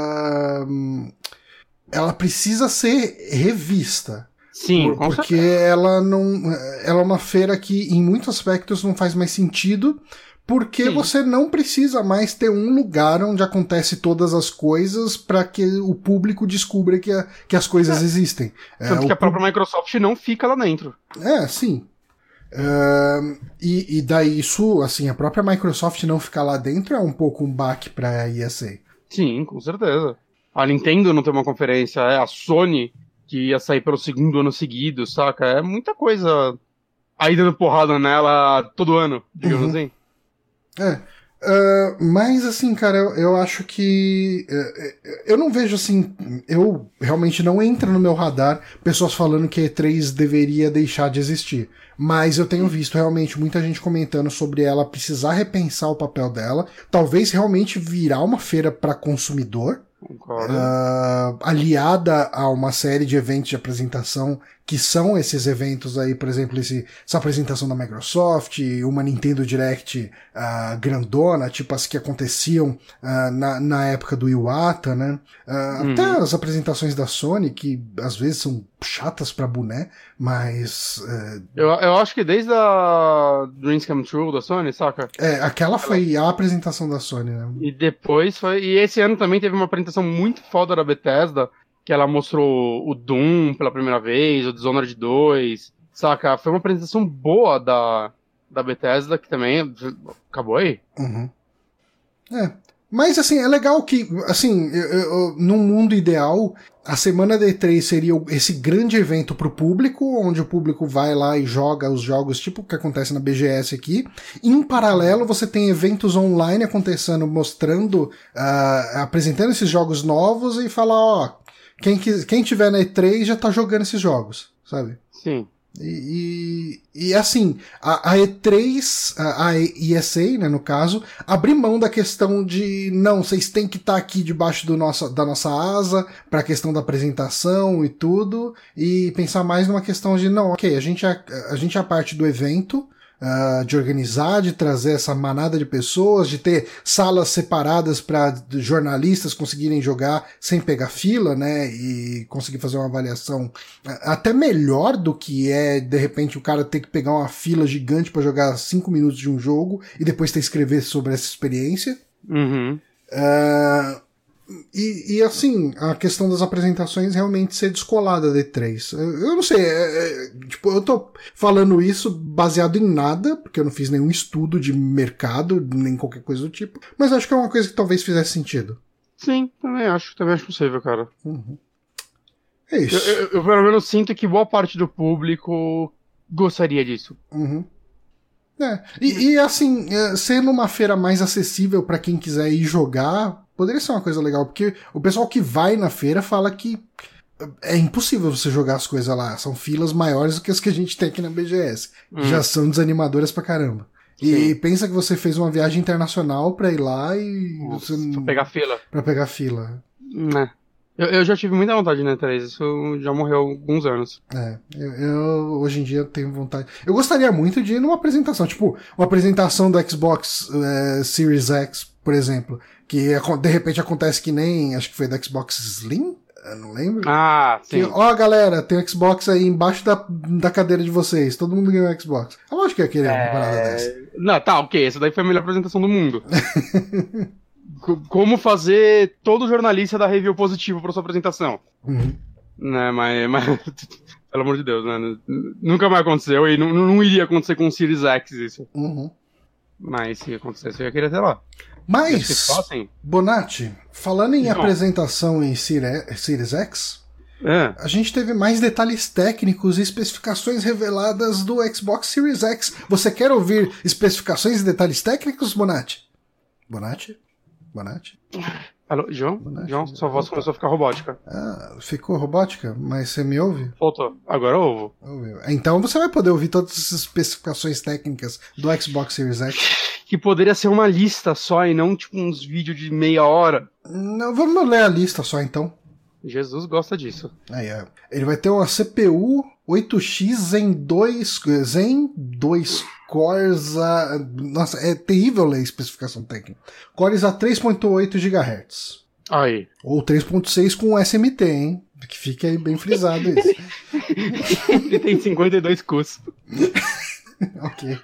ela precisa ser revista. Sim, com porque ela é uma feira que em muitos aspectos não faz mais sentido, porque você não precisa mais ter um lugar onde acontece todas as coisas para que o público descubra que as coisas existem. Tanto que a própria Microsoft não fica lá dentro. Sim. E daí isso, assim, a própria Microsoft não ficar lá dentro é um pouco um baque pra ESA. Sim, com certeza. A Nintendo não tem uma conferência, a Sony, que ia sair pelo segundo ano seguido, saca? É muita coisa aí dando porrada nela todo ano, digamos assim. Mas assim, cara, eu acho que eu não vejo assim, eu realmente não entra no meu radar pessoas falando que a E3 deveria deixar de existir, mas eu tenho visto realmente muita gente comentando sobre ela precisar repensar o papel dela, talvez realmente virar uma feira para consumidor, aliada a uma série de eventos de apresentação que são esses eventos aí, por exemplo, essa apresentação da Microsoft, uma Nintendo Direct grandona, tipo as que aconteciam na época do Iwata, né? Até as apresentações da Sony, que às vezes são chatas pra boné, mas... Eu acho que desde a Dreams Come True da Sony, saca? Aquela foi a apresentação da Sony, né? E depois foi... E esse ano também teve uma apresentação muito foda da Bethesda, que ela mostrou o Doom pela primeira vez, o Dishonored 2, saca? Foi uma apresentação boa da Bethesda, que também acabou aí. Mas, assim, é legal que, assim, num mundo ideal, a semana da E3 seria esse grande evento pro público, onde o público vai lá e joga os jogos, tipo o que acontece na BGS aqui. Em paralelo, você tem eventos online acontecendo, mostrando, apresentando esses jogos novos e falar, ó, quem tiver na E3 já tá jogando esses jogos, sabe? Sim. E assim, a E3, a ESA, né, no caso, abrir mão da questão de, não, vocês têm que estar aqui debaixo da nossa asa pra questão da apresentação e tudo, e pensar mais numa questão de, não, ok, a gente é a parte do evento, de organizar, de trazer essa manada de pessoas, de ter salas separadas para jornalistas conseguirem jogar sem pegar fila, né, e conseguir fazer uma avaliação até melhor do que de repente o cara ter que pegar uma fila gigante para jogar 5 minutos de um jogo e depois ter que escrever sobre essa experiência. Uhum. E assim, a questão das apresentações realmente ser descolada da E3. Eu não sei, tipo, eu tô falando isso baseado em nada, porque eu não fiz nenhum estudo de mercado, nem qualquer coisa do tipo, mas acho que é uma coisa que talvez fizesse sentido. Sim, também acho possível, cara. Uhum. É isso. Eu pelo menos sinto que boa parte do público gostaria disso. Uhum. E assim, sendo uma feira mais acessível pra quem quiser ir jogar, poderia ser uma coisa legal, porque o pessoal que vai na feira fala que é impossível você jogar as coisas lá, são filas maiores do que as que a gente tem aqui na BGS, já são desanimadoras pra caramba. E pensa que você fez uma viagem internacional pra ir lá e... Pra pegar fila. Pra pegar fila. Eu já tive muita vontade na E3, isso já morreu há alguns anos. Eu hoje em dia tenho vontade. Eu gostaria muito de ir numa apresentação, tipo, uma apresentação do Xbox Series X, por exemplo, que de repente acontece que nem, acho que foi do Xbox Slim, eu não lembro. Sim. Ó, galera, tem o Xbox aí embaixo da cadeira de vocês, todo mundo ganhou o Xbox. Eu acho que eu ia querer uma parada dessa. Não, tá, ok, essa daí foi a melhor apresentação do mundo. Como fazer todo jornalista dar review positivo pra sua apresentação. Uhum. Né, mas pelo amor de Deus, né? Nunca mais aconteceu e não iria acontecer com o Series X isso. Uhum. Mas se acontecesse, eu ia querer ter lá. Mas, Bonatti, falando em apresentação em Series X, a gente teve mais detalhes técnicos e especificações reveladas do Xbox Series X. Você quer ouvir especificações e detalhes técnicos, Bonatti? Bonatti? Alô, João? Bonatti? João, sua voz começou a ficar robótica. Ficou robótica? Mas você me ouve? Voltou. Agora eu ouvo. Então você vai poder ouvir todas as especificações técnicas do Xbox Series X. Que poderia ser uma lista só e não tipo uns vídeos de meia hora. Não, vamos ler a lista só então. Jesus gosta disso. Ele vai ter uma CPU 8X Zen 2 cores Nossa, é terrível ler a especificação técnica. Cores a 3.8 GHz. Aí. Ou 3.6 com SMT, hein? Que fique aí bem frisado isso. Ele tem 52 cus. Ok.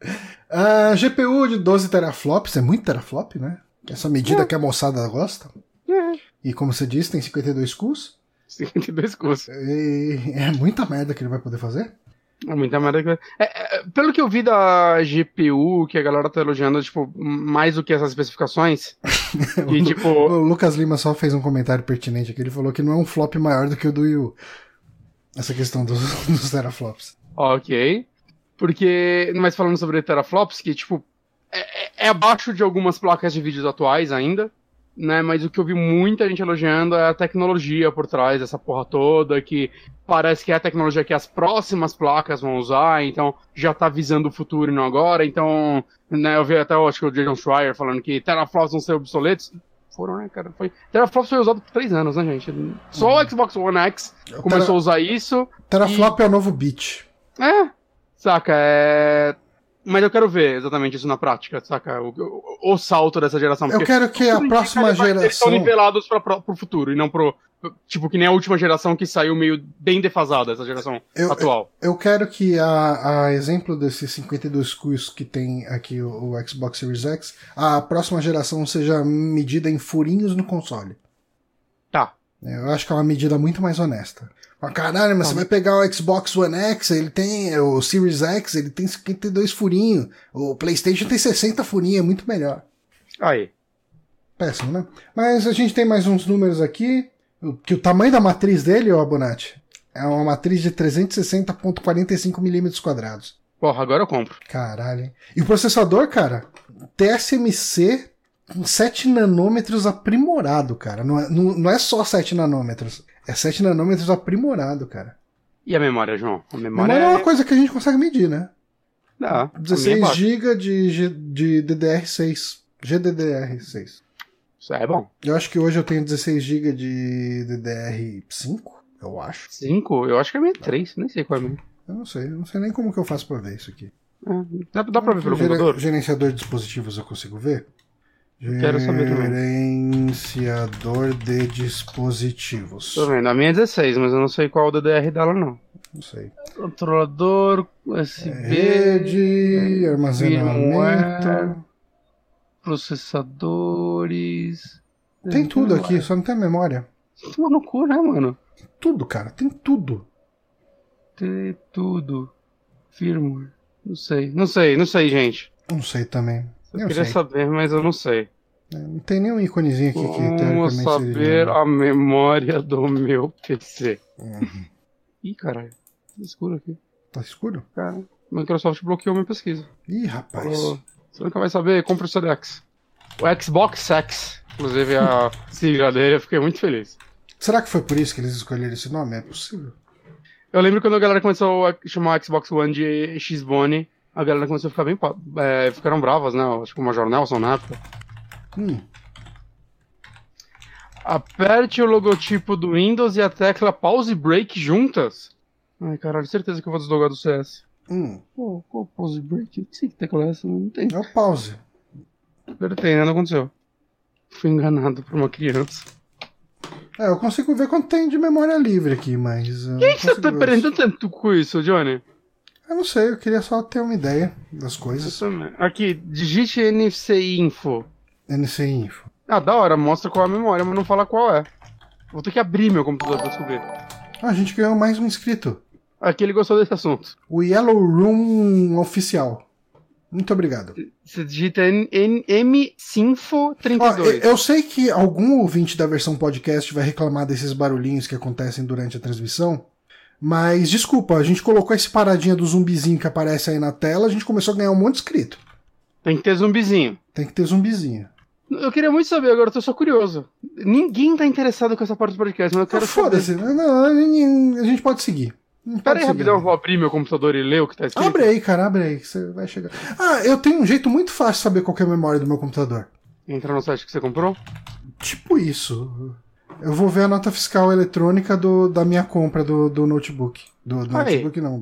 GPU de 12 teraflops. É muito teraflop, né? Essa medida que a moçada gosta. E como você disse, tem 52 cus. 52 cus. É muita merda que ele vai poder fazer? É muita merda que... pelo que eu vi da GPU, que a galera tá elogiando, tipo, mais do que essas especificações. E, tipo... O Lucas Lima só fez um comentário pertinente aqui. Ele falou que não é um flop maior do que o do Wii U. Essa questão dos teraflops. Ok. Porque... Mas falando sobre teraflops, que, tipo... É abaixo de algumas placas de vídeos atuais ainda. Né, mas o que eu vi muita gente elogiando é a tecnologia por trás dessa porra toda, que parece que é a tecnologia que as próximas placas vão usar, então já tá visando o futuro e não agora, então, né, eu vi até, acho que o Jason Schreier falando que teraflops vão ser obsoletos. Foram, né, cara? Teraflops foi usado por 3 anos, né, gente? Só o Xbox One X começou a usar isso. Teraflop é o novo bit. Saca, Mas eu quero ver exatamente isso na prática, saca? O salto dessa geração. Eu quero que a próxima geração... Eles são nivelados pro futuro, e não pro... Tipo, que nem a última geração que saiu meio bem defasada, essa geração atual. Eu quero que a exemplo desses 52 cus que tem aqui o Xbox Series X, a próxima geração seja medida em furinhos no console. Tá. Eu acho que é uma medida muito mais honesta. Caralho, mas você vai pegar o Xbox One X, ele tem o Series X, ele tem 52 furinhos, o PlayStation tem 60 furinhos, é muito melhor. Aí. Péssimo, né? Mas a gente tem mais uns números aqui, que o tamanho da matriz dele, ó, Bonatti, é uma matriz de 360.45 milímetros quadrados. Porra, agora eu compro. Caralho, hein? E o processador, cara, TSMC com 7 nanômetros aprimorado, cara. Não é só 7 nanômetros, é 7 nanômetros aprimorado, cara. E a memória, João? A memória é uma coisa que a gente consegue medir, né? Dá. 16 GB de DDR6. GDDR6. Isso é bom. Eu acho que hoje eu tenho 16 GB de DDR5, eu acho. 5? Eu acho que é meio 3, nem sei qual é mesmo. Eu não sei nem como que eu faço pra ver isso aqui. Dá pra ver pelo computador? Gerenciador de dispositivos eu consigo ver? Quero saber também. Gerenciador de dispositivos. Tô vendo, a minha é 16, mas eu não sei qual é o DDR dela, não. Não sei. Controlador, USB... Rede, armazenamento... processadores... Tem tudo aqui, só não tem memória. Toma no cu, né, mano? Tudo, cara, tem tudo. Tem tudo. Firmware. Não sei, gente. Não sei também. Eu queria saber, mas eu não sei. Não tem nenhum íconezinho aqui que Vamos saber a memória do meu PC. Ih, caralho. Tá escuro aqui. Tá escuro? Cara, Microsoft bloqueou minha pesquisa. Ih, rapaz. Você nunca vai saber, compra o Sedex. O Xbox X, inclusive a sigla dele, eu fiquei muito feliz. Será que foi por isso que eles escolheram esse nome? É possível. Eu lembro quando a galera começou a chamar o Xbox One de X-Bone, a galera começou a ficar bem... ficaram bravas, né? Acho que o Major Nelson na época. Aperte o logotipo do Windows e a tecla Pause Break juntas. Ai, caralho, certeza que eu vou deslogar do CS. Pô, qual Pause Break? O que tecla é essa? Não tem. É o pause. Apertei, nada aconteceu. Fui enganado por uma criança. Eu consigo ver quanto tem de memória livre aqui, mas... Quem que você tá perdendo tanto com isso, Johnny? Eu não sei, eu queria só ter uma ideia das coisas. Aqui, digite NFC Info. NFC Info. Ah, da hora, mostra qual é a memória, mas não fala qual é. Vou ter que abrir meu computador pra descobrir. A gente ganhou mais um inscrito. Aqui ele gostou desse assunto. O Yellow Room Oficial. Muito obrigado. Você digita MSinfo32. Eu sei que algum ouvinte da versão podcast vai reclamar desses barulhinhos que acontecem durante a transmissão, mas desculpa, a gente colocou esse paradinha do zumbizinho que aparece aí na tela, a gente começou a ganhar um monte de inscrito. Tem que ter zumbizinho. Tem que ter zumbizinho. Eu queria muito saber, agora eu tô só curioso. Ninguém tá interessado com essa parte do podcast, mas eu quero saber. Foda-se, não, a gente pode seguir. Pera aí, rapidão, eu vou abrir meu computador e ler o que tá escrito. Abre aí, cara, abre aí, que você vai chegar. Eu tenho um jeito muito fácil de saber qual que é a memória do meu computador. Entra no site que você comprou? Tipo isso. Eu vou ver a nota fiscal eletrônica da minha compra do notebook. Do notebook não,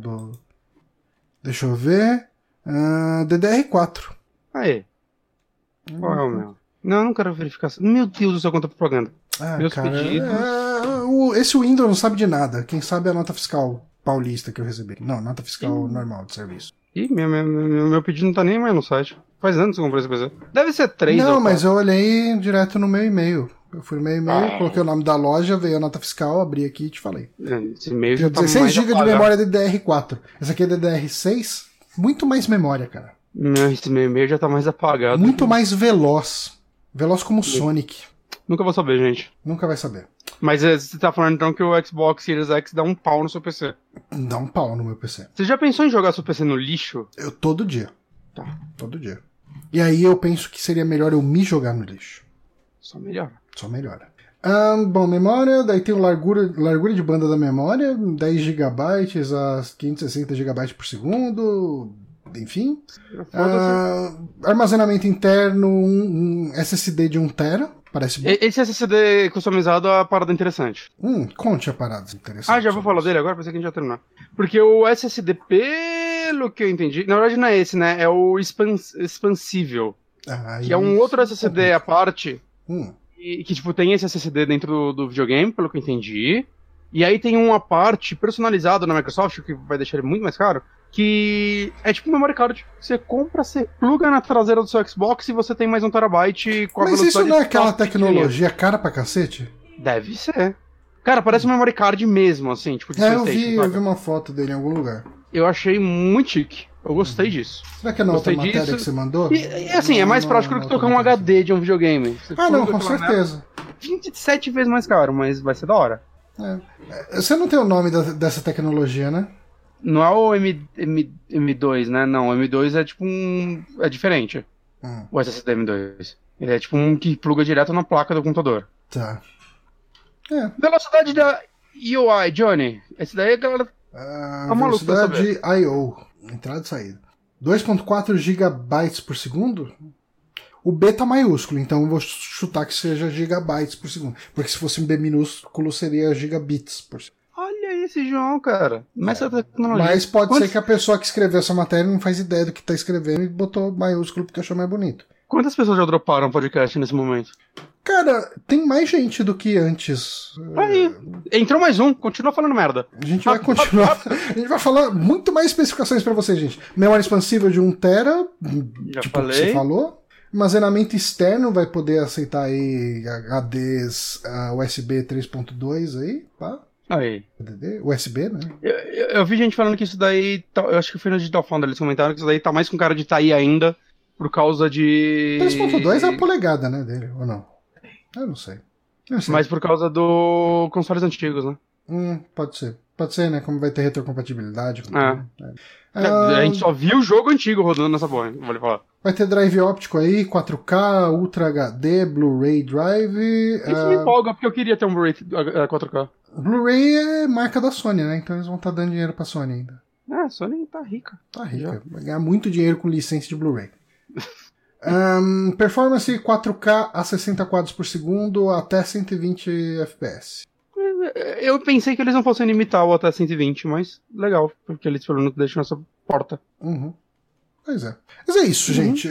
Deixa eu ver. DDR4. Aí. Qual é o meu? Não, eu não quero verificar. Meu Deus do céu, quanta propaganda. Meus cara, pedidos. Esse Windows não sabe de nada. Quem sabe é a nota fiscal paulista que eu recebi. Não, nota fiscal normal de serviço. Ih, meu pedido não tá nem mais no site. Faz anos que eu comprei esse PC. Deve ser 3 Não, mas eu olhei direto no meu e-mail. Eu fui no meu e-mail, coloquei o nome da loja, veio a nota fiscal, abri aqui e te falei. Esse e-mail já tá 16 GB de memória DDR4. Esse aqui é DDR6. Muito mais memória, cara. Esse meu e-mail já tá mais apagado. Muito mais veloz. Veloz como Sonic. Nunca vou saber, gente. Nunca vai saber. Mas você tá falando então que o Xbox Series X dá um pau no seu PC. Dá um pau no meu PC. Você já pensou em jogar seu PC no lixo? Eu todo dia. Tá. Todo dia. E aí eu penso que seria melhor eu me jogar no lixo. Só melhora. Só melhora. Bom, memória, daí tem o largura de banda da memória, 10 GB a 560 GB por segundo, enfim. Armazenamento interno, um SSD de 1 TB, parece bom. Esse SSD customizado é uma parada interessante. Conte a parada interessante. Já vou falar dele agora, pensei que a gente ia terminar. Porque o SSD, pelo que eu entendi, na verdade não é esse, né? É o expansível. Que é um outro SSD à parte. Que tipo, tem esse SSD dentro do videogame, pelo que eu entendi. E aí tem uma parte personalizada na Microsoft, que vai deixar ele muito mais caro, que é tipo um memory card. Você compra, você pluga na traseira do seu Xbox e você tem mais 1 TB com a Mas velocidade... isso não é aquela tecnologia cara pra cacete? Deve ser. Cara, parece um memory card mesmo, assim, tipo de eu vi uma foto dele em algum lugar. Eu achei muito chique. Eu gostei disso. Será que é na outra matéria que você mandou? E assim, é mais prático do que trocar um HD de um videogame. Não, com certeza. 27 vezes mais caro, mas vai ser da hora. Você não tem o nome dessa tecnologia, né? Não é o M2, né? Não, o M2 é tipo é diferente. O SSD M2. Ele é tipo um que pluga direto na placa do computador. Tá. Velocidade da UI, Johnny. Esse daí a galera tá maluco pra saber. Velocidade I/O. Entrada e saída. 2.4 GB por segundo? O B tá maiúsculo, então eu vou chutar que seja gigabytes por segundo. Porque se fosse um B minúsculo, seria gigabits por segundo. Olha esse João, cara. Essa tecnologia. Mas pode ser que a pessoa que escreveu essa matéria não faz ideia do que tá escrevendo e botou maiúsculo porque achou mais bonito. Quantas pessoas já droparam podcast nesse momento? Cara, tem mais gente do que antes. Aí, entrou mais um, continua falando merda. A gente vai continuar. A gente vai falar muito mais especificações pra vocês, gente. Memória expansível de 1 TB, tipo o que você falou. Armazenamento externo vai poder aceitar aí HDs USB 3.2 aí, pá. Aí. USB, né? Eu vi gente falando que isso daí, eu acho que foi no Digital Foundry, eles comentaram que isso daí tá mais com cara de tá aí ainda, por causa de... 3.2 é a polegada, né, dele, ou não? Eu não sei. Mas por causa do consoles antigos, né? Pode ser. Pode ser, né? Como vai ter retrocompatibilidade. A gente só viu o jogo antigo rodando nessa porra, vale falar. Vai ter drive óptico aí, 4K, Ultra HD, Blu-ray Drive. Isso me empolga, porque eu queria ter um Blu-ray 4K. Blu-ray é marca da Sony, né? Então eles vão estar dando dinheiro pra Sony ainda. A Sony tá rica. Tá rica. Vai ganhar muito dinheiro com licença de Blu-ray. Performance 4K a 60 quadros por segundo até 120 FPS. Eu pensei que eles não fossem limitar o até 120, mas legal, porque eles pelo menos deixam essa porta. Pois é. Mas é isso, gente.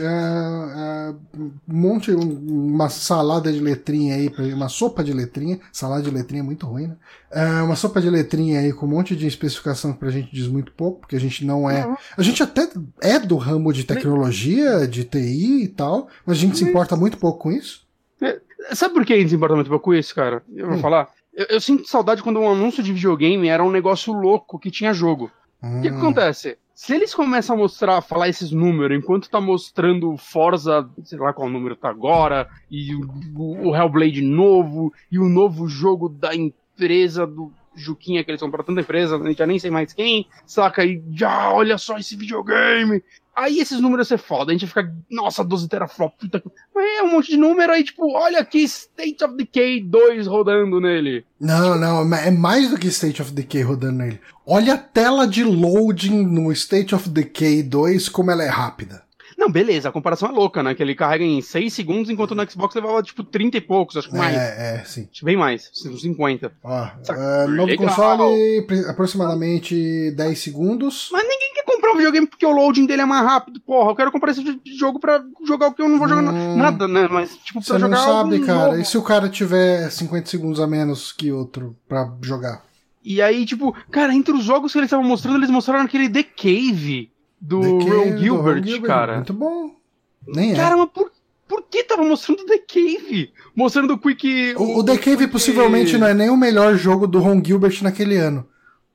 Uma salada de letrinha aí, uma sopa de letrinha. Salada de letrinha é muito ruim, né? Uma sopa de letrinha aí com um monte de especificação que pra gente diz muito pouco, porque a gente não é... A gente até é do ramo de tecnologia, de TI e tal, mas a gente se importa muito pouco com isso. Sabe por que a gente se importa muito pouco com isso, cara? Eu vou falar. Eu sinto saudade quando um anúncio de videogame era um negócio louco que tinha jogo. O que acontece? Se eles começam a falar esses números, enquanto tá mostrando Forza, sei lá qual número tá agora, e o Hellblade novo, e o novo jogo da empresa do Juquinha, que eles são pra tanta empresa, a gente já nem sei mais quem, saca? E já, olha só esse videogame. Aí esses números é foda, a gente fica, nossa, 12 teraflops, puta que... Mas é um monte de número aí, tipo, olha aqui State of Decay 2 rodando nele. Não, é mais do que State of Decay rodando nele. Olha a tela de loading no State of Decay 2, como ela é rápida. Não, beleza, a comparação é louca, né? Que ele carrega em 6 segundos, enquanto no Xbox levava, tipo, 30 e poucos, acho que mais. Sim. Bem mais, 50. Novo legal. console, aproximadamente 10 segundos. Mas ninguém quer comprar um videogame porque o loading dele é mais rápido, porra. Eu quero comprar esse jogo pra jogar o que eu não vou jogar nada, né? Mas, tipo, pra jogar algo novo. Você não sabe, cara. Novo. E se o cara tiver 50 segundos a menos que outro pra jogar? E aí, tipo, cara, entre os jogos que eles estavam mostrando, eles mostraram aquele The Cave do Ron Gilbert, cara. Muito bom. Nem cara, mas por que tava mostrando The Cave? Mostrando o Quick... O The Cave possivelmente não é nem o melhor jogo do Ron Gilbert naquele ano.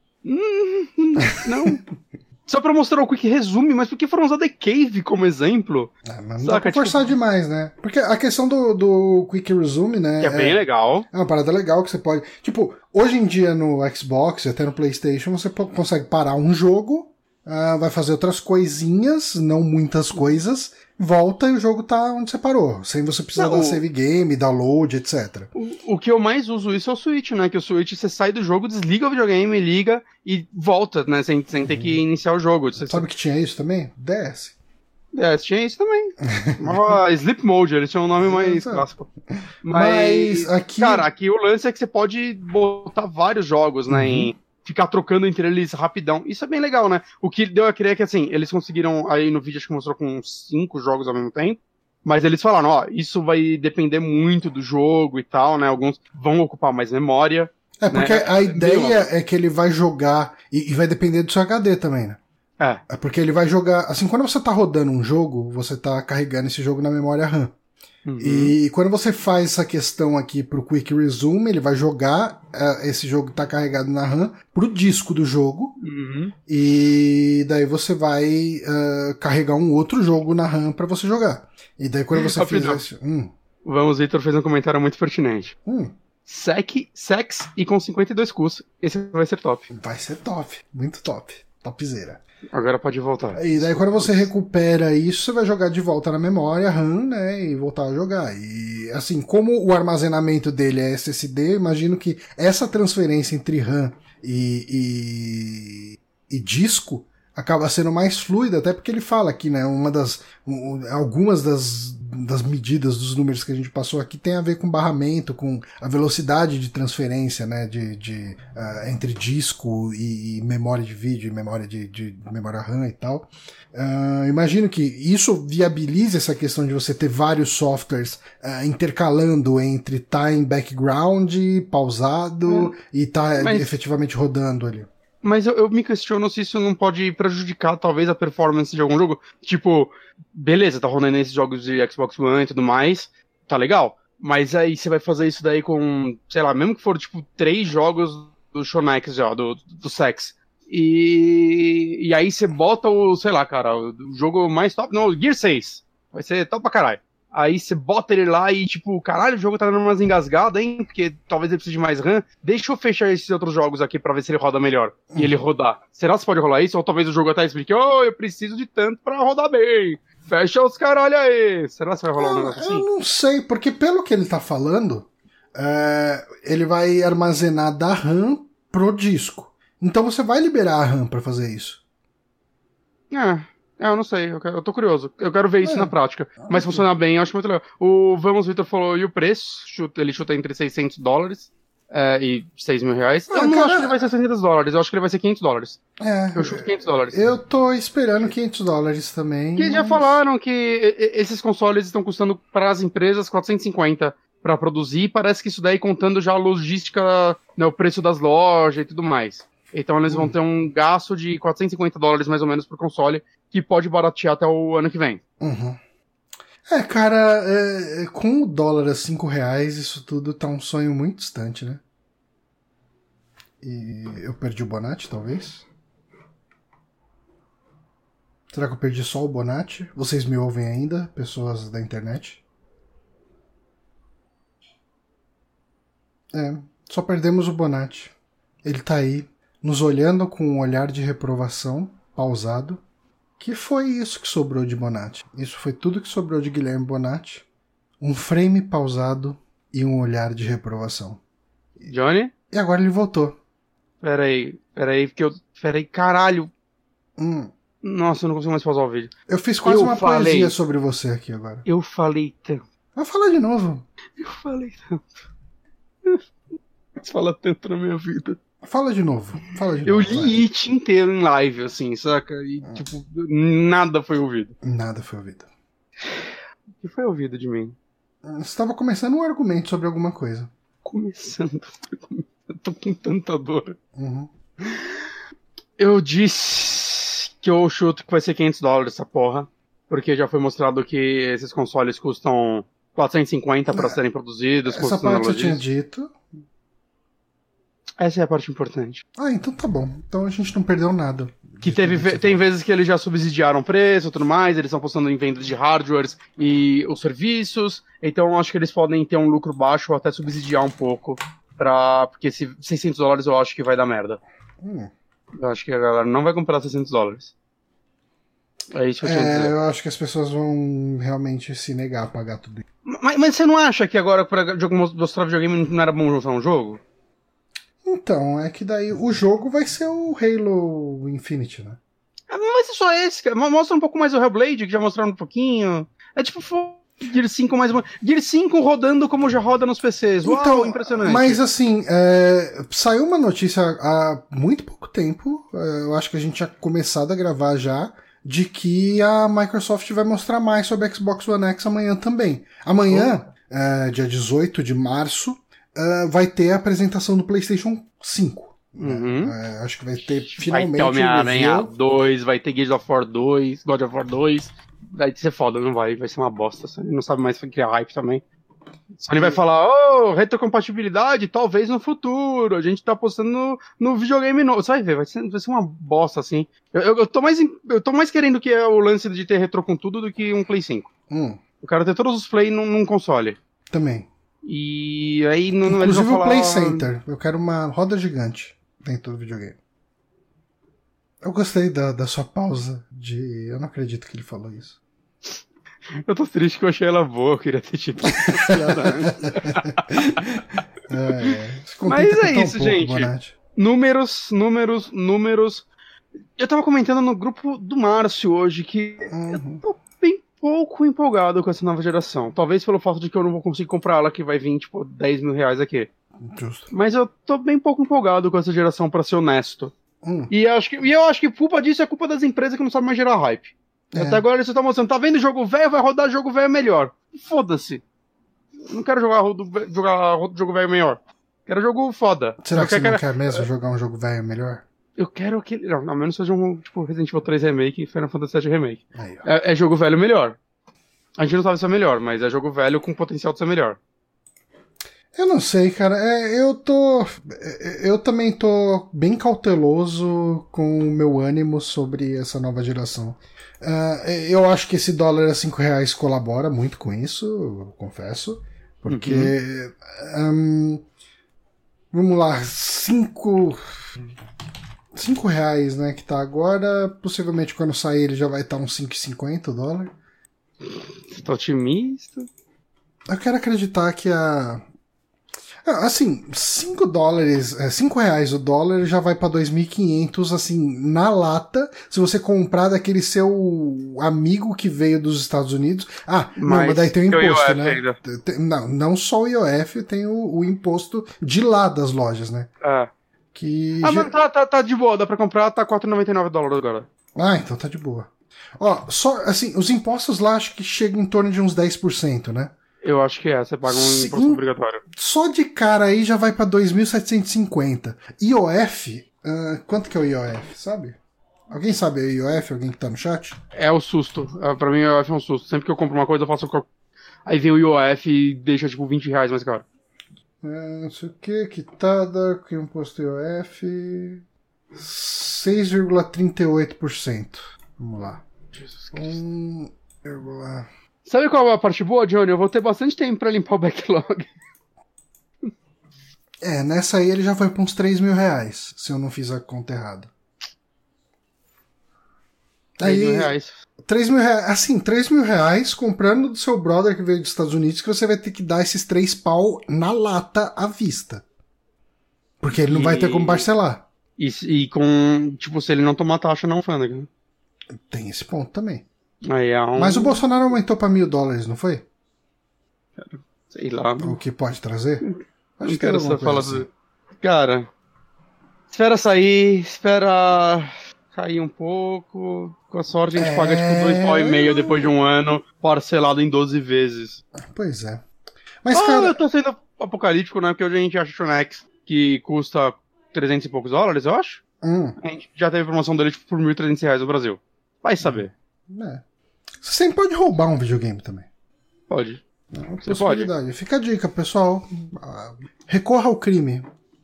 Não. Só pra mostrar o Quick Resume, mas por que foram usar The Cave como exemplo? Mas não dá pra forçar demais, né? Porque a questão do Quick Resume, né? Que é bem legal. É uma parada legal que você pode... Tipo, hoje em dia no Xbox e até no PlayStation, você consegue parar um jogo, vai fazer outras coisinhas, não muitas coisas, volta e o jogo tá onde você parou, sem você precisar dar save game, download, etc. O que eu mais uso isso é o Switch, né? Que o Switch você sai do jogo, desliga o videogame, liga e volta, né? Sem ter que iniciar o jogo. Sabe que tinha isso também? DS. DS tinha isso também. Sleep Mode, eles tinham um nome mais clássico. Mas aqui... Cara, aqui o lance é que você pode botar vários jogos, né? Em ficar trocando entre eles rapidão. Isso é bem legal, né? O que deu a crer é que, assim, eles conseguiram, aí no vídeo acho que mostrou com 5 jogos ao mesmo tempo, mas eles falaram, ó, isso vai depender muito do jogo e tal, né? Alguns vão ocupar mais memória. Porque a ideia é que ele vai jogar, e vai depender do seu HD também, né? É porque ele vai jogar, assim, quando você tá rodando um jogo, você tá carregando esse jogo na memória RAM. E quando você faz essa questão aqui pro Quick Resume, ele vai jogar esse jogo que tá carregado na RAM pro disco do jogo. E daí você vai carregar um outro jogo na RAM pra você jogar. E daí quando você fizer isso... Vamos, Vitor fez um comentário muito pertinente. Sex e com 52 cus. Esse vai ser top. Vai ser top. Muito top. Topzera. Agora pode voltar. E daí quando você recupera isso, você vai jogar de volta na memória RAM, né, e voltar a jogar. E assim, como o armazenamento dele é SSD, eu imagino que essa transferência entre RAM e disco acaba sendo mais fluida, até porque ele fala aqui, né, algumas das medidas dos números que a gente passou aqui tem a ver com barramento, com a velocidade de transferência, né, entre disco e memória de vídeo, e memória de memória RAM e tal. Imagino que isso viabilize essa questão de você ter vários softwares intercalando entre em background, pausado e efetivamente rodando ali. Mas eu me questiono se isso não pode prejudicar, talvez, a performance de algum jogo. Tipo, beleza, tá rolando esses jogos de Xbox One e tudo mais, tá legal. Mas aí você vai fazer isso daí com, sei lá, mesmo que for, tipo, 3 jogos do Shonex já, do Sex. E aí você bota sei lá, cara, o jogo mais top, não, o Gear 6. Vai ser top pra caralho. Aí você bota ele lá e, tipo, caralho, o jogo tá dando umas engasgadas, hein? Porque talvez ele precise de mais RAM. Deixa eu fechar esses outros jogos aqui pra ver se ele roda melhor. E ele rodar. Será que pode rolar isso? Ou talvez o jogo até explique, eu preciso de tanto pra rodar bem. Fecha os caralho aí. Será que vai rolar um negócio assim? Eu não sei, porque pelo que ele tá falando, ele vai armazenar da RAM pro disco. Então você vai liberar a RAM pra fazer isso. Eu não sei, eu tô curioso. Eu quero ver isso na prática. Mas funcionar bem, eu acho muito legal. O Vamos Vitor falou, e o preço? Ele chuta entre $600 e R$6 mil. Eu não acho que ele vai ser $600, eu acho que ele vai ser $500. Eu chuto $500. Eu tô esperando $500 também. Que já falaram que esses consoles estão custando para as empresas 450 para produzir, e parece que isso daí contando já a logística, né, o preço das lojas e tudo mais. Então eles vão ter um gasto de $450 mais ou menos por console, que pode baratear até o ano que vem. Cara, com o dólar a R$5, isso tudo tá um sonho muito distante, né? E eu perdi o Bonatti, talvez? Será que eu perdi só o Bonatti? Vocês me ouvem ainda, pessoas da internet? Só perdemos o Bonatti. Ele tá aí, nos olhando com um olhar de reprovação, pausado. Que foi isso que sobrou de Bonatti. Isso foi tudo que sobrou de Guilherme Bonatti. Um frame pausado e um olhar de reprovação. Johnny? E agora ele voltou. Peraí, caralho. Nossa, eu não consigo mais pausar o vídeo. Eu fiz quase uma poesia sobre você aqui agora. Eu falei tanto. Vai falar de novo. Eu falei tanto. Você fala tanto na minha vida. Fala de novo. Eu li It inteiro em live, assim, saca? E, tipo, nada foi ouvido. Nada foi ouvido. O que foi ouvido de mim? Você estava começando um argumento sobre alguma coisa. Começando. Eu tô com tanta dor. Eu disse que eu chuto que vai ser $500 essa porra. Porque já foi mostrado que esses consoles custam 450 para serem produzidos. Essa parte você tinha dito. Essa é a parte importante. Então tá bom. Então a gente não perdeu nada. Que tem vezes que eles já subsidiaram o preço e tudo mais, eles estão postando em vendas de hardwares e os serviços, então eu acho que eles podem ter um lucro baixo ou até subsidiar um pouco, porque esse $600 eu acho que vai dar merda. Eu acho que a galera não vai comprar $600. É isso que eu tinha a dizer. Eu acho que as pessoas vão realmente se negar a pagar tudo isso. Mas você não acha que agora para mostrar videogame não era bom mostrar um jogo? Então, é que daí o jogo vai ser o Halo Infinite, né? Não vai ser só esse, cara. Mostra um pouco mais o Hellblade, que já mostraram um pouquinho. É tipo Gear 5 mais uma. Gear 5 rodando como já roda nos PCs. Uau, então, impressionante. Mas assim, saiu uma notícia há muito pouco tempo, eu acho que a gente tinha começado a gravar já, de que a Microsoft vai mostrar mais sobre a Xbox One X amanhã também. Amanhã, dia 18 de março, vai ter a apresentação do PlayStation 5. Acho que vai ter finalmente. Vai ter Homem-Aranha 2, vai ter God of War 2. vai ser foda, não vai ser uma bosta. Você não sabe mais criar hype também. Sony vai falar, retrocompatibilidade, talvez no futuro. A gente tá apostando no videogame novo. Você vai ver, vai ser uma bosta, assim. Eu tô mais querendo que é o lance de ter retro com tudo do que um Play 5. Eu quero ter todos os Play num console. Também. E aí não inclusive eles vão falar... o Play Center. Eu quero uma roda gigante dentro do videogame. Eu gostei da sua pausa de... Eu não acredito que ele falou isso. Eu tô triste que eu achei ela boa, eu queria ter tido piada antes. Mas é isso, gente. Bonatti. Números. Eu tava comentando no grupo do Márcio hoje que eu tô bem pouco empolgado com essa nova geração. Talvez pelo fato de que eu não vou conseguir comprar ela, que vai vir, tipo, 10 mil reais aqui. Justo. Mas eu tô bem pouco empolgado com essa geração, pra ser honesto. E eu acho que culpa disso é culpa das empresas que não sabem mais gerar hype. Até agora eles estão mostrando, tá vendo jogo velho, vai rodar jogo velho melhor. Foda-se. Não quero jogar jogo velho melhor. Quero jogo foda. Será que você não quer mesmo jogar um jogo velho melhor? Eu quero que... Não, ao menos seja um tipo Resident Evil 3 Remake e Final Fantasy VII Remake. É jogo velho melhor. A gente não sabe se é melhor, mas é jogo velho com potencial de ser melhor. Eu não sei, cara. Eu também tô bem cauteloso com o meu ânimo sobre essa nova geração. Eu acho que esse dólar a R$5 colabora muito com isso, eu confesso. Porque... vamos lá, R$5, né, que tá agora. Possivelmente quando sair ele já vai estar uns 5,50 o dólar. Você tá otimista? Eu quero acreditar que assim, R$5 o dólar já vai pra 2.500, assim, na lata, se você comprar daquele seu amigo que veio dos Estados Unidos. Mas daí tem o imposto, né? Não só o IOF, tem o imposto de lá das lojas, né? Mas tá de boa, dá pra comprar, tá $4,99 agora. Então tá de boa. Só, assim, os impostos lá acho que chegam em torno de uns 10%, né? Eu acho que você paga um imposto obrigatório. Só de cara aí já vai pra 2.750. IOF, quanto que é o IOF, sabe? Alguém sabe o IOF? Alguém que tá no chat? É o susto. Pra mim o IOF é um susto. Sempre que eu compro uma coisa eu faço... Aí vem o IOF e deixa tipo R$20 mais caro. Não sei o que, quitada, que imposto IOF... 6,38%. Vamos lá. Jesus Cristo. 1,... Sabe qual é a parte boa, Johnny? Eu vou ter bastante tempo pra limpar o backlog. Nessa aí ele já foi pra uns R$3.000, se eu não fiz a conta errada. R$3.000. R$3.000, assim, R$3.000 comprando do seu brother que veio dos Estados Unidos, que você vai ter que dar esses 3 pau na lata à vista. Porque ele não vai ter como parcelar. E com, tipo, se ele não tomar taxa na alfândega, né? Tem esse ponto também. Aí Mas o Bolsonaro aumentou pra $1.000, não foi? Sei lá. O que pode trazer? Acho que quero só falar assim. Cara, espera sair, espera cair um pouco. Com a sorte a gente paga tipo $2,5 depois de um ano, parcelado em 12 vezes. Pois é. Mas, cara... eu tô sendo apocalíptico, né? Porque hoje a gente acha o Shonex que custa $300 e poucos, eu acho. A gente já teve promoção dele tipo, por R$1.300 no Brasil. Vai saber. Você sempre pode roubar um videogame também. Pode. Você pode. Fica a dica, pessoal. Recorra ao crime.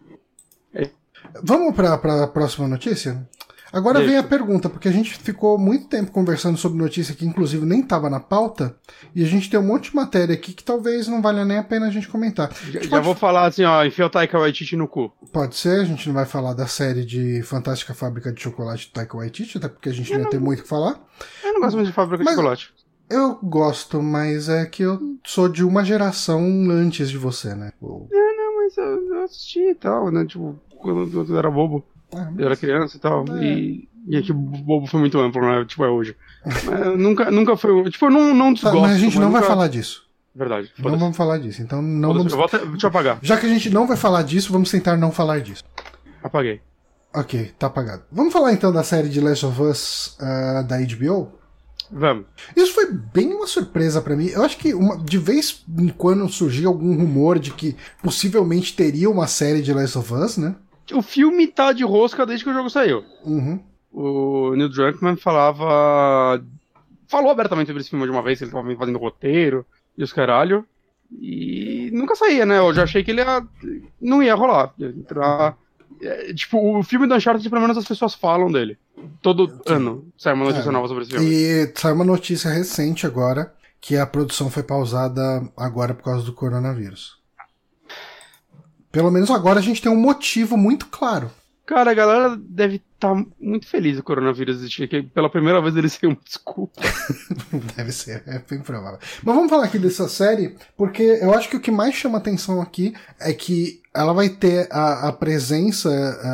Vamos para a próxima notícia? Agora vem a pergunta, porque a gente ficou muito tempo conversando sobre notícia que inclusive nem estava na pauta, e a gente tem um monte de matéria aqui que talvez não valha nem a pena a gente comentar. Já vou falar assim, enfia o Taika Waititi no cu. Pode ser, a gente não vai falar da série de Fantástica Fábrica de Chocolate do Taika Waititi, até porque a gente não ia ter muito o que falar. Eu não gosto muito de Fábrica de Chocolate. Eu gosto, mas é que eu sou de uma geração antes de você, né? Mas eu assisti e tal, né? Tipo, quando eu era bobo. Eu era criança e tal. E aqui o bobo foi muito amplo, né? Tipo, é hoje. Mas nunca foi. Tipo, eu não desgosto. Mas a gente não vai falar disso. Verdade. Não vamos falar disso. Então não vamos. Deixa eu apagar. Já que a gente não vai falar disso, vamos tentar não falar disso. Apaguei. Ok, tá apagado. Vamos falar então da série de Last of Us da HBO? Vamos. Isso foi bem uma surpresa pra mim. Eu acho que de vez em quando surgia algum rumor de que possivelmente teria uma série de Last of Us, né? O filme tá de rosca desde que o jogo saiu. O Neil Druckmann falava falou abertamente sobre esse filme de uma vez, que ele tava fazendo roteiro e os caralho. E nunca saía, né? Eu já achei que ele não ia rolar. Ia entrar. Tipo, o filme do Uncharted, pelo menos as pessoas falam dele. Todo ano sai uma notícia nova sobre esse filme. E sai uma notícia recente agora, que a produção foi pausada agora por causa do coronavírus. Pelo menos agora a gente tem um motivo muito claro. Cara, a galera deve estar muito feliz do coronavírus existir, que pela primeira vez eles têm uma desculpa. Deve ser, é bem provável. Mas vamos falar aqui dessa série, porque eu acho que o que mais chama atenção aqui é que ela vai ter a presença,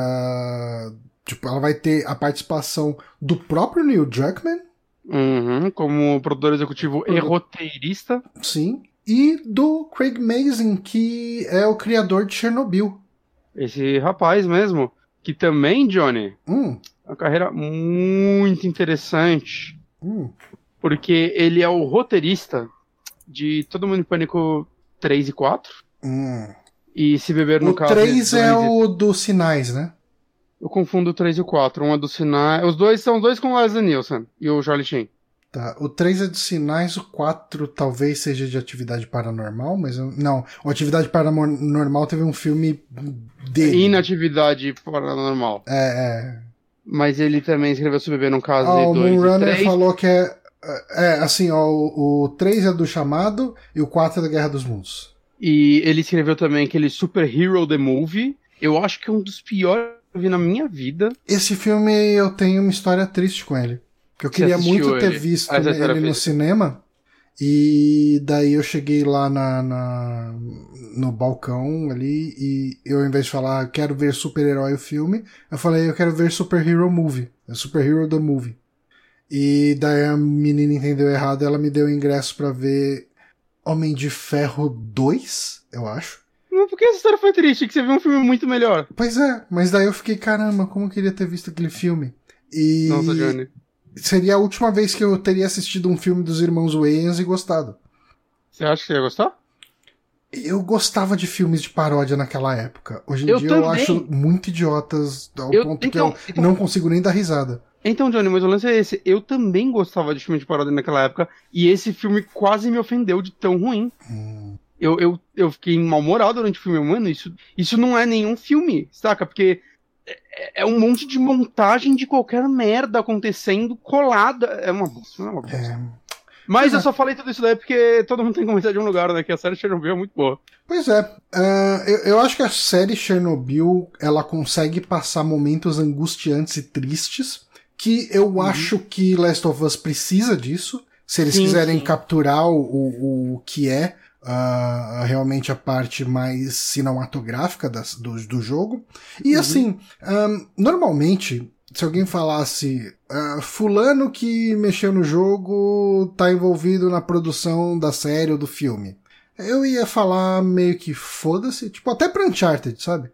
tipo, ela vai ter a participação do próprio Neil Druckmann. Como produtor executivo e roteirista. Sim. E do Craig Mazin, que é o criador de Chernobyl. Esse rapaz mesmo, que também, Johnny, uma carreira muito interessante. Porque ele é o roteirista de Todo Mundo em Pânico 3 e 4. E Se Beber no Caso... O 3 é o dos Sinais, né? Eu confundo o 3 e o 4. Um é dos Sinais... Os dois são os dois com o Leslie Nielsen e o Charlie Sheen. Tá, o 3 é dos Sinais, o 4 talvez seja de Atividade Paranormal, mas não, o Atividade Paranormal teve um filme dele. Inatividade Paranormal. Mas ele também escreveu Se Beber no Caso o 2 Moonrunner e 3. falou que assim, ó, o 3 é do Chamado e o 4 é da Guerra dos Mundos. E ele escreveu também aquele Super Hero The Movie. Eu acho que é um dos piores que eu vi na minha vida. Esse filme eu tenho uma história triste com ele. Que eu queria muito ter visto ele no cinema. E daí eu cheguei lá no balcão ali e eu, ao invés de falar, eu quero ver super-herói o filme, eu falei, eu quero ver Super Hero Movie. Super Hero The Movie. E daí a menina entendeu errado, ela me deu ingresso pra ver Homem de Ferro 2, eu acho. Mas por que essa história foi triste? Que você viu um filme muito melhor. Pois é, mas daí eu fiquei, caramba, como eu queria ter visto aquele filme. Nossa, Johnny. Seria a última vez que eu teria assistido um filme dos irmãos Wayans e gostado. Você acha que você ia gostar? Eu gostava de filmes de paródia naquela época. Hoje em dia também. eu acho muito idiotas, ao ponto que eu não consigo nem dar risada. Então, Johnny, mas o lance é esse. Eu também gostava de filme de paródia naquela época, e esse filme quase me ofendeu de tão ruim. Eu fiquei mal-humorado durante o filme. Mano, isso não é nenhum filme, saca? Porque é um monte de montagem de qualquer merda acontecendo colada. É uma bosta, não é uma bosta. Mas eu só falei tudo isso daí porque todo mundo tem que começar de um lugar, né? Que a série Chernobyl é muito boa. Pois é. Eu acho que a série Chernobyl, ela consegue passar momentos angustiantes e tristes, que eu acho que Last of Us precisa disso. Se eles quiserem capturar o que é realmente a parte mais cinematográfica do jogo. E assim, normalmente, se alguém falasse fulano que mexeu no jogo tá envolvido na produção da série ou do filme, eu ia falar meio que foda-se, tipo, até pra Uncharted, sabe?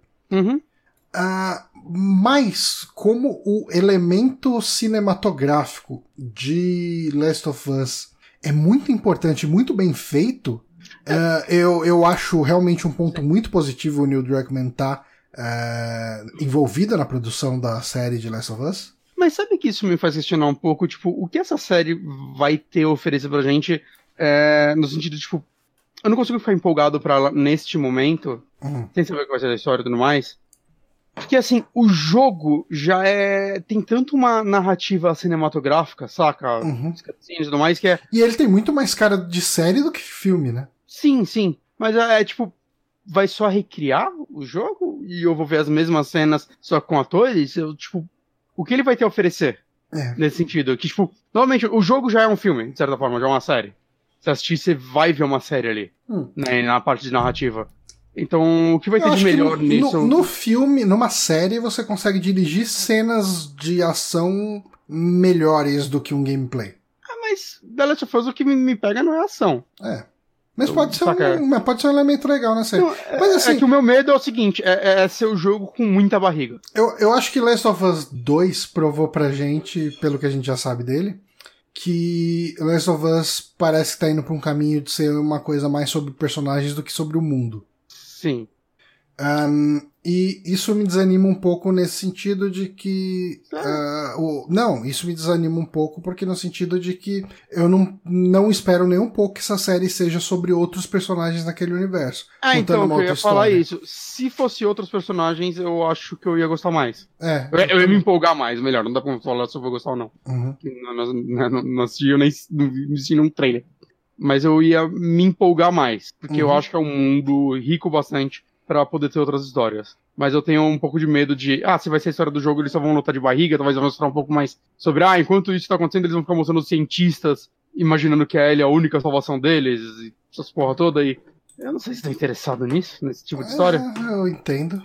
Mas como o elemento cinematográfico de Last of Us é muito importante, muito bem feito, eu acho realmente um ponto muito positivo o Neil Druckmann tá envolvido na produção da série de Last of Us. Mas sabe que isso me faz questionar um pouco, tipo, o que essa série vai ter a oferecer pra gente, no sentido, tipo, eu não consigo ficar empolgado pra ela neste momento, sem saber o que vai ser da história e tudo mais, porque, assim, o jogo já tem tanto uma narrativa cinematográfica, saca? E tudo mais, que E ele tem muito mais cara de série do que filme, né? Sim. Mas tipo, vai só recriar o jogo? E eu vou ver as mesmas cenas só com atores? Tipo, o que ele vai ter a oferecer? Nesse sentido? Que, tipo, normalmente o jogo já é um filme, de certa forma, já é uma série. Se assistir, você vai ver uma série ali, né, na parte de narrativa. Então, o que vai ter de melhor nisso? No filme, numa série, você consegue dirigir cenas de ação melhores do que um gameplay. Mas The Last of Us, o que me pega não é a ação. Mas pode ser um elemento legal na série. Não, mas, assim, é que o meu medo é o seguinte, é ser o jogo com muita barriga. Eu acho que Last of Us 2 provou pra gente, pelo que a gente já sabe dele, que Last of Us parece que tá indo pra um caminho de ser uma coisa mais sobre personagens do que sobre o mundo. Sim. E isso me desanima um pouco nesse sentido de que... não, isso me desanima um pouco porque no sentido de que eu não espero nem um pouco que essa série seja sobre outros personagens naquele universo. Então, eu ia falar isso. Se fosse outros personagens, eu acho que eu ia gostar mais. Eu ia me empolgar mais, melhor. Não dá pra falar se eu vou gostar ou não. Não assisti, eu nem assisti num trailer. Mas eu ia me empolgar mais. Porque eu acho que é um mundo rico bastante pra poder ter outras histórias. Mas eu tenho um pouco de medo de... se vai ser a história do jogo, eles só vão lutar de barriga, talvez vão mostrar um pouco mais sobre... enquanto isso tá acontecendo, eles vão ficar mostrando os cientistas, imaginando que a Ellie é a única salvação deles, e essas porra toda aí. Eu não sei se tô interessado nisso, nesse tipo de história. Eu entendo.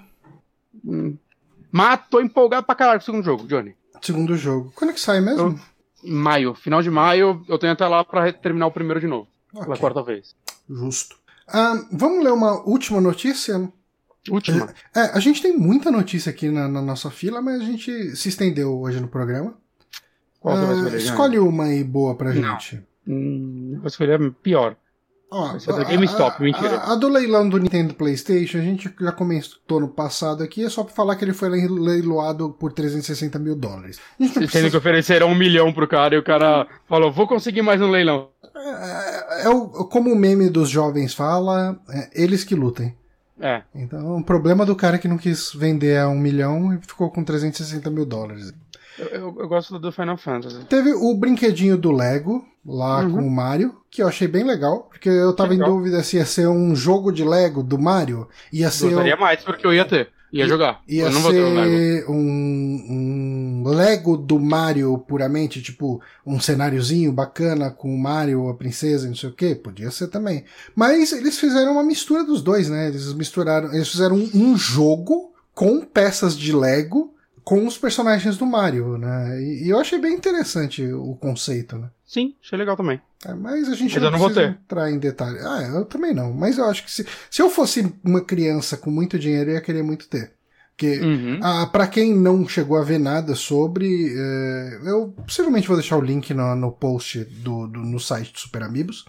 Mas tô empolgado pra caralho com o segundo jogo, Johnny. Segundo jogo. Quando é que sai mesmo? Maio. Final de maio, eu tenho até lá pra terminar o primeiro de novo. Pela quarta vez. Justo. Vamos ler uma última notícia? Última? A gente tem muita notícia aqui na nossa fila, mas a gente se estendeu hoje no programa. Qual você vai escolher? Escolhe uma aí boa pra gente. Vou escolher pior. Vai ser da GameStop, mentira. A do leilão do Nintendo PlayStation, a gente já comentou no passado aqui, é só pra falar que ele foi leiloado por $360 mil. Sendo que ofereceram $1 milhão pro cara e o cara falou, vou conseguir mais um leilão. Como o meme dos jovens fala, eles que lutem. Então, o problema do cara que não quis vender a $1 milhão e ficou com $360 mil. Eu gosto do Final Fantasy. Teve o brinquedinho do Lego, lá com o Mario, que eu achei bem legal, porque eu tava em dúvida se ia ser um jogo de Lego do Mario, Gostaria mais, porque eu ia ter. Ia jogar. Ia eu não vou ter um Lego. um Lego do Mario puramente, tipo, um cenáriozinho bacana com o Mario, a princesa e não sei o que, podia ser também. Mas eles fizeram uma mistura dos dois, né? Eles fizeram um jogo com peças de Lego com os personagens do Mario, né? E eu achei bem interessante o conceito, né? Sim, achei legal também. Mas a gente não precisa entrar em detalhe. Eu também não. Mas eu acho que se eu fosse uma criança com muito dinheiro, eu ia querer muito ter. Porque, pra quem não chegou a ver nada sobre, eu possivelmente vou deixar o link no post no site do Super Amigos.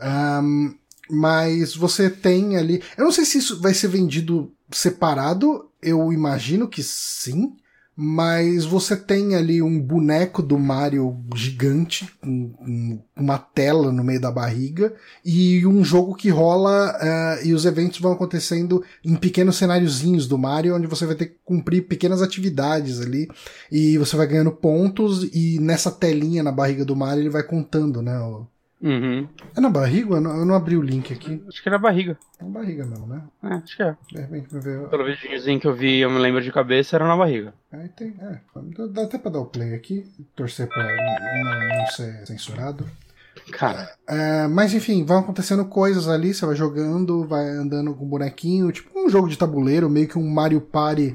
Mas você tem ali... Eu não sei se isso vai ser vendido separado, eu imagino que sim. Mas você tem ali um boneco do Mario gigante, com uma tela no meio da barriga, e um jogo que rola e os eventos vão acontecendo em pequenos cenáriozinhos do Mario, onde você vai ter que cumprir pequenas atividades ali, e você vai ganhando pontos, e nessa telinha na barriga do Mario ele vai contando, né? É na barriga? Eu não abri o link aqui. Acho que é na barriga. É na barriga mesmo, né? Acho que é. De repente, ver... Pelo videozinho que eu vi, eu me lembro de cabeça, era na barriga. Dá até pra dar o play aqui, torcer pra não ser censurado. Cara. Mas enfim, vão acontecendo coisas ali, você vai jogando, vai andando com um bonequinho, tipo um jogo de tabuleiro, meio que um Mario Party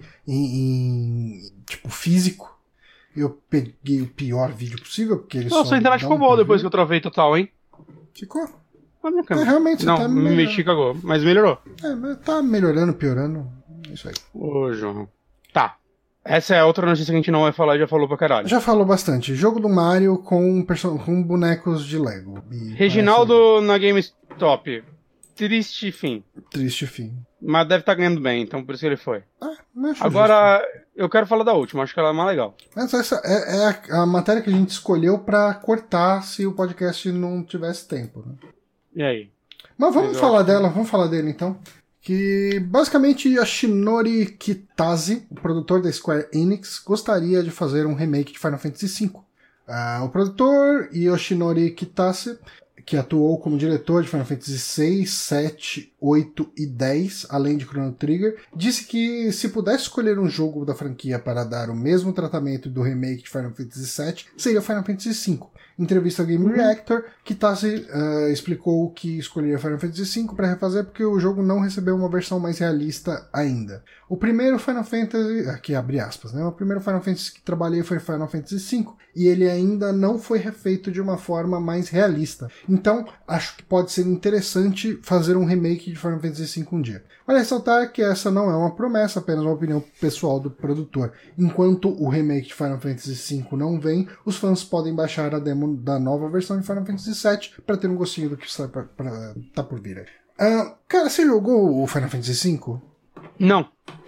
tipo físico. Eu peguei o pior vídeo possível, porque ele Nossa, a internet ficou boa depois que eu travei total, hein? Ficou? A minha câmera. Realmente, não, me mexi, cagou, mas melhorou. Mas tá melhorando, piorando. É isso aí. Ô, João. Tá. Essa é outra notícia que a gente não vai falar e já falou pra caralho. Já falou bastante. Jogo do Mario com bonecos de Lego. Reginaldo na GameStop. Triste fim. Triste fim. Mas deve estar ganhando bem, então por isso que ele foi. Agora, eu quero falar da última, acho que ela é mais legal. Essa é a matéria que a gente escolheu pra cortar se o podcast não tivesse tempo, né? E aí? Mas vamos falar dele então. Que basicamente a Shinori Kitase, o produtor da Square Enix, gostaria de fazer um remake de Final Fantasy V. O produtor Yoshinori Kitase, que atuou como diretor de Final Fantasy 6, 7, 8 e 10, além de Chrono Trigger, disse que se pudesse escolher um jogo da franquia para dar o mesmo tratamento do remake de Final Fantasy 7, seria Final Fantasy V. Em entrevista ao Game Reactor, Kitase explicou que escolheria Final Fantasy V para refazer porque o jogo não recebeu uma versão mais realista ainda. O primeiro Final Fantasy, aqui abre aspas, né? O primeiro Final Fantasy que trabalhei foi Final Fantasy V e ele ainda não foi refeito de uma forma mais realista. Então, acho que pode ser interessante fazer um remake de Final Fantasy V um dia. Vale ressaltar que essa não é uma promessa, apenas uma opinião pessoal do produtor. Enquanto o remake de Final Fantasy V não vem, os fãs podem baixar a demo da nova versão de Final Fantasy VII para ter um gostinho do que está tá por vir aí. Cara, você jogou o Final Fantasy V? Não.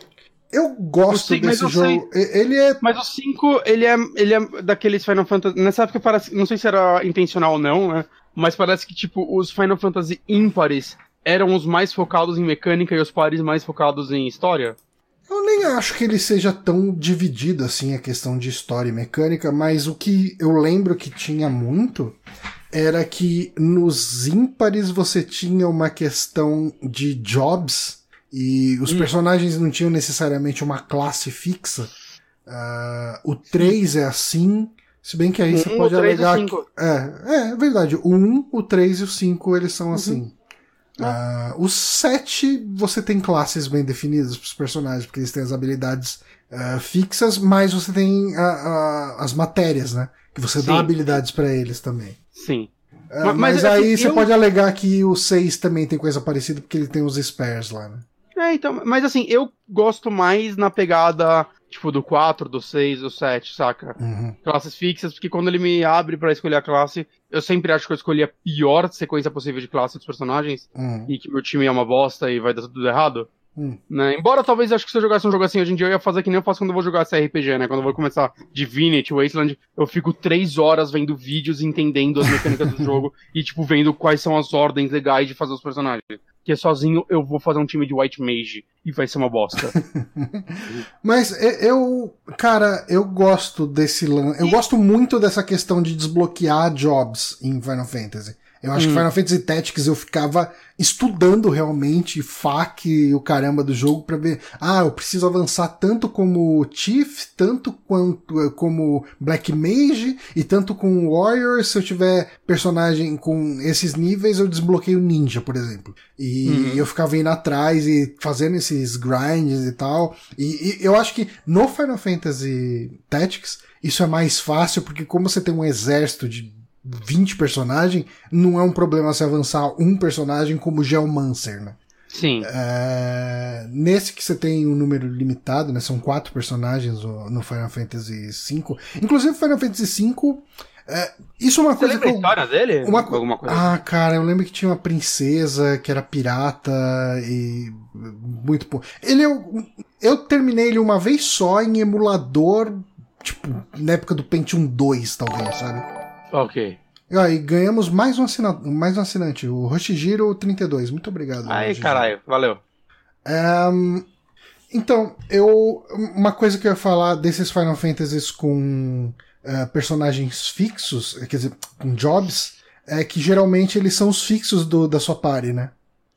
Eu gosto desse jogo. Ele é. Mas o 5, ele é daqueles Final Fantasy. Nessa época parece. Não sei se era intencional ou não, né? Mas parece que, tipo, os Final Fantasy ímpares eram os mais focados em mecânica e os pares mais focados em história. Eu nem acho que ele seja tão dividido assim, a questão de história e mecânica, mas o que eu lembro que tinha muito era que nos ímpares você tinha uma questão de jobs e os personagens não tinham necessariamente uma classe fixa. O 3 é assim, se bem que aí você pode alegar que... É verdade, o 1, o 3 e o 5 eles são assim. O 7 você tem classes bem definidas para os personagens, porque eles têm as habilidades fixas, mas você tem as matérias, né? Que você dá habilidades para eles também. Sim. Mas aí assim, você pode alegar que o 6 também tem coisa parecida, porque ele tem os spares lá, né? Então, mas assim, eu gosto mais na pegada, tipo, do 4, do 6, do 7, saca? Classes fixas, porque quando ele me abre pra escolher a classe, eu sempre acho que eu escolhi a pior sequência possível de classe dos personagens, e que meu time é uma bosta e vai dar tudo errado. Né? Embora talvez acho que se eu jogasse um jogo assim hoje em dia, eu ia fazer que nem eu faço quando eu vou jogar esse RPG, né? Quando eu vou começar Divinity, Wasteland, eu fico 3 horas vendo vídeos, entendendo as mecânicas do jogo e, tipo, vendo quais são as ordens legais de fazer os personagens. Porque sozinho eu vou fazer um time de White Mage e vai ser uma bosta. Mas cara, eu gosto desse lance. Eu gosto muito dessa questão de desbloquear jobs em Final Fantasy. Eu acho que Final Fantasy Tactics eu ficava estudando realmente FAQ e o caramba do jogo pra ver, eu preciso avançar tanto como Chief, tanto quanto como Black Mage e tanto com Warrior. Se eu tiver personagem com esses níveis, eu desbloqueio Ninja, por exemplo. E eu ficava indo atrás e fazendo esses grinds e tal. E eu acho que no Final Fantasy Tactics isso é mais fácil, porque como você tem um exército de 20 personagens, não é um problema se avançar um personagem como Geomancer, né? Sim. Nesse que você tem um número limitado, né? São 4 personagens no Final Fantasy V. Inclusive, Final Fantasy V... isso é uma coisa lembra a história dele? Alguma coisa? Cara, eu lembro que tinha uma princesa que era pirata e... muito pouco. Eu terminei ele uma vez só em emulador, tipo, na época do Pentium 2, talvez, sabe? Ok. E ganhamos mais um assinante, o Hoshijiro 32. Muito obrigado. Aí, caralho, valeu. Então, uma coisa que eu ia falar desses Final Fantasies com personagens fixos, quer dizer, com jobs, é que geralmente eles são os fixos da sua party, né?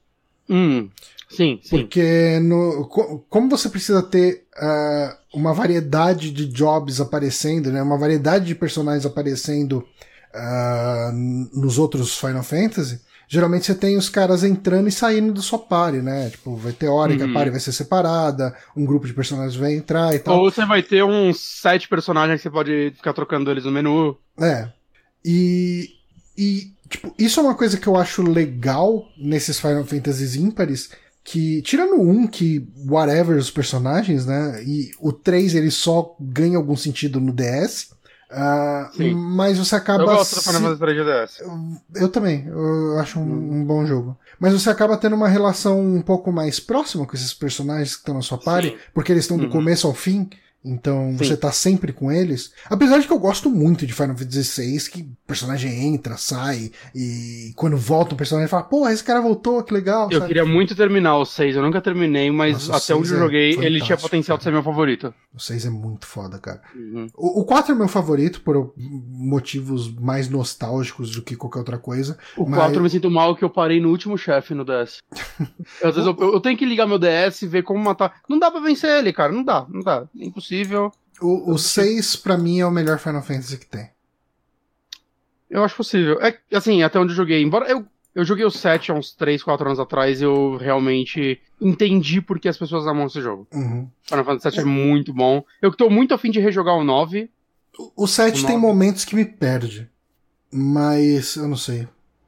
Sim. Porque como você precisa ter uma variedade de jobs aparecendo, né? Uma variedade de personagens aparecendo nos outros Final Fantasy, geralmente você tem os caras entrando e saindo da sua party, né? Tipo, vai ter hora que a party vai ser separada, um grupo de personagens vai entrar e tal. Ou você vai ter uns 7 personagens que você pode ficar trocando eles no menu. E tipo, isso é uma coisa que eu acho legal nesses Final Fantasies ímpares, que, tirando um que whatever os personagens, né? E o 3 ele só ganha algum sentido no DS. Mas você acaba... Eu gosto do Final Fantasy 3 de DS. Eu também, eu acho um bom jogo. Mas você acaba tendo uma relação um pouco mais próxima com esses personagens que estão na sua party, porque eles estão do começo ao fim. Então você tá sempre com eles. Apesar de que eu gosto muito de Final Fantasy VI, que o personagem entra, sai, e quando volta o personagem fala, pô, esse cara voltou, que legal. Eu queria muito terminar o 6, eu nunca terminei, mas até onde eu joguei, ele tinha potencial de ser meu favorito. O 6 é muito foda, cara. O 4 é meu favorito por motivos mais nostálgicos do que qualquer outra coisa. O 4 eu me sinto mal que eu parei no último chefe no DS. Às vezes eu tenho que ligar meu DS e ver como matar. Não dá pra vencer ele, cara, não dá. É impossível. O 6, pra mim, é o melhor Final Fantasy que tem. Eu acho possível. Assim, até onde eu joguei. Embora eu joguei o 7 há uns 3, 4 anos atrás, eu realmente entendi por que as pessoas amam esse jogo. Final Fantasy 7 é muito bom. Eu tô muito afim de rejogar o 9. O 7 tem momentos que me perde. Mas eu não sei.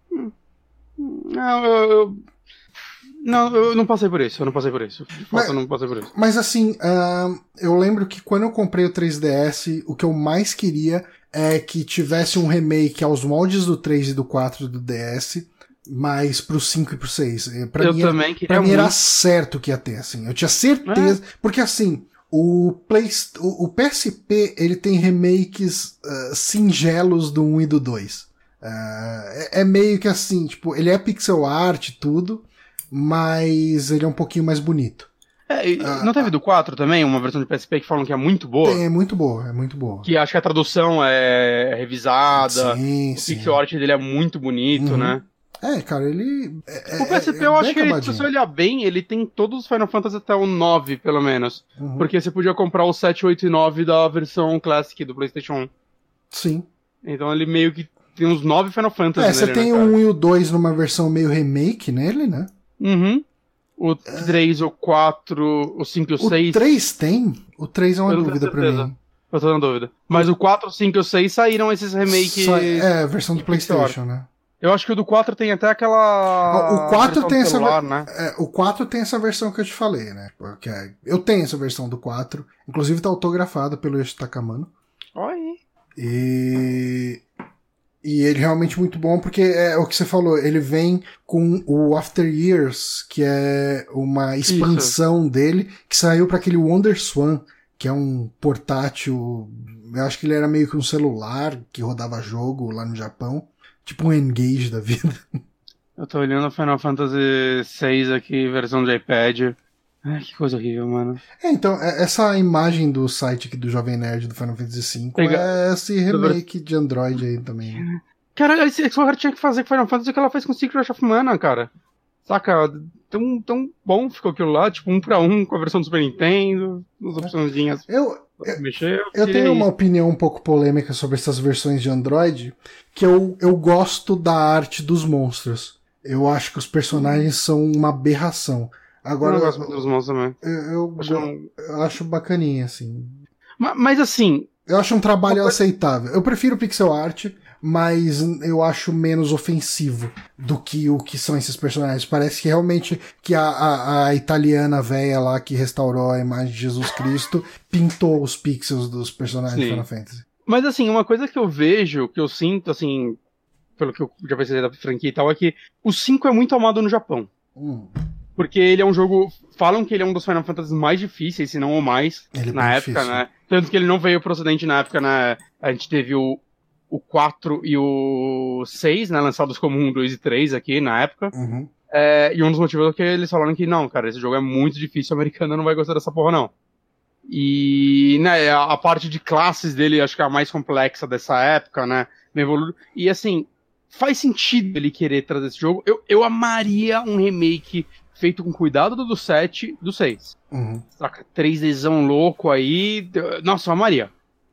Não, eu não passei por isso, eu não passei por isso. Eu não passei por isso. Mas assim, eu lembro que quando eu comprei o 3DS, o que eu mais queria é que tivesse um remake aos moldes do 3 e do 4 do DS, mais pro 5 e pro 6. Eu também queria pra mim muito. era certo que ia ter, assim. Eu tinha certeza. Porque, assim, o PSP, ele tem remakes singelos do 1 e do 2. É meio que assim, tipo, ele é pixel art e tudo, mas ele é um pouquinho mais bonito. Não teve do 4 também, uma versão de PSP que falam que é muito boa? É muito boa, é muito boa. Que acho que a tradução é revisada, sim, o pixel art dele é muito bonito, né? Cara, ele... O PSP eu acho que ele, se você olhar bem, ele tem todos os Final Fantasy até o 9, pelo menos. Porque você podia comprar o 7, 8 e 9 da versão Classic do PlayStation 1. Sim. Então ele meio que tem uns 9 Final Fantasy nele, você tem o 1 e o 2 numa versão meio remake nele, né? O 3, o 4, o 5 e o 6. O 3 tem? O 3 é uma dúvida pra mim. Eu tô na dúvida. Mas o 4, o 5 e o 6 saíram esses remakes... a versão do PlayStation, né? Eu acho que o do 4 tem até aquela... O 4 tem celular, né? O 4 tem essa versão que eu te falei, né? Porque eu tenho essa versão do 4. Inclusive tá autografada pelo Yoshi Takamano. Oi. E ele é realmente muito bom, porque é o que você falou, ele vem com o After Years, que é uma expansão dele, que saiu para aquele WonderSwan, que é um portátil, eu acho que ele era meio que um celular que rodava jogo lá no Japão, tipo um Engage da vida. Eu tô olhando o Final Fantasy VI aqui, versão de iPad. Ai, que coisa horrível, mano. Então, essa imagem do site aqui do Jovem Nerd do Final Fantasy V é esse remake de Android aí também. Cara, esse Xbox tinha que fazer com Final Fantasy o que ela fez com Secret of Mana, cara. Saca? Tão bom ficou aquilo lá, tipo 1 pra 1 com a versão do Super Nintendo, as opçõezinhas. Eu tenho uma opinião um pouco polêmica sobre essas versões de Android, que eu gosto da arte dos monstros. Eu acho que os personagens são uma aberração. Agora, eu gosto muito dos monstros também. Eu acho bacaninha, assim. Mas assim... Eu acho um trabalho aceitável. Eu prefiro pixel art, mas eu acho menos ofensivo do que o que são esses personagens. Parece que realmente que a italiana velha lá que restaurou a imagem de Jesus Cristo pintou os pixels dos personagens de Final Fantasy. Mas assim, uma coisa que eu vejo, que eu sinto, assim, pelo que eu já pensei da franquia e tal, é que o 5 é muito amado no Japão. Porque ele é um jogo... Falam que ele é um dos Final Fantasy mais difíceis, se não o mais, na época, difícil, né? Tanto que ele não veio pro ocidente na época, né? A gente teve o 4 e o 6, né? Lançados como 1, 2 e 3 aqui, na época. E um dos motivos é que eles falaram que, não, cara, esse jogo é muito difícil, o americano não vai gostar dessa porra, não. E, né, a parte de classes dele, acho que é a mais complexa dessa época, né? E, assim, faz sentido ele querer trazer esse jogo. Eu amaria um remake... feito com cuidado do 7, do 6. Saca? 3Dzão louco aí. Nossa, eu amaria.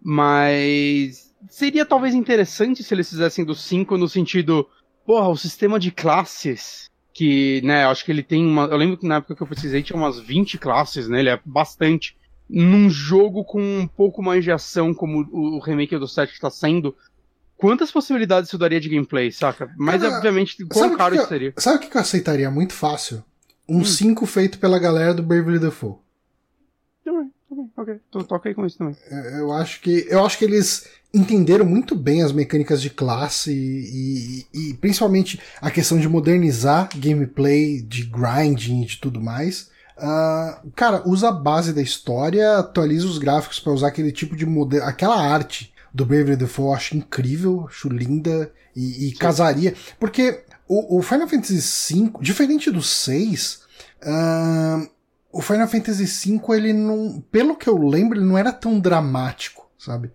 Mas seria talvez interessante se eles fizessem do 5 no sentido... Porra, o sistema de classes... Que, né, acho que ele tem uma... Eu lembro que na época que eu precisei tinha umas 20 classes nele, é bastante. Num jogo com um pouco mais de ação, como o remake do 7 está sendo... Quantas possibilidades isso daria de gameplay, saca? Mas, obviamente, quão caro isso seria. Sabe o que eu aceitaria muito fácil? Um 5 feito pela galera do Bravely Default. Ok. Toca aí com isso também. Eu acho que eles entenderam muito bem as mecânicas de classe e principalmente a questão de modernizar gameplay, de grinding e de tudo mais. Cara, usa a base da história, atualiza os gráficos para usar aquele tipo de modelo, aquela arte do Bravely Default, eu acho incrível, acho linda e casaria. Porque o Final Fantasy V, diferente do 6, o Final Fantasy V, ele não, pelo que eu lembro, ele não era tão dramático, sabe?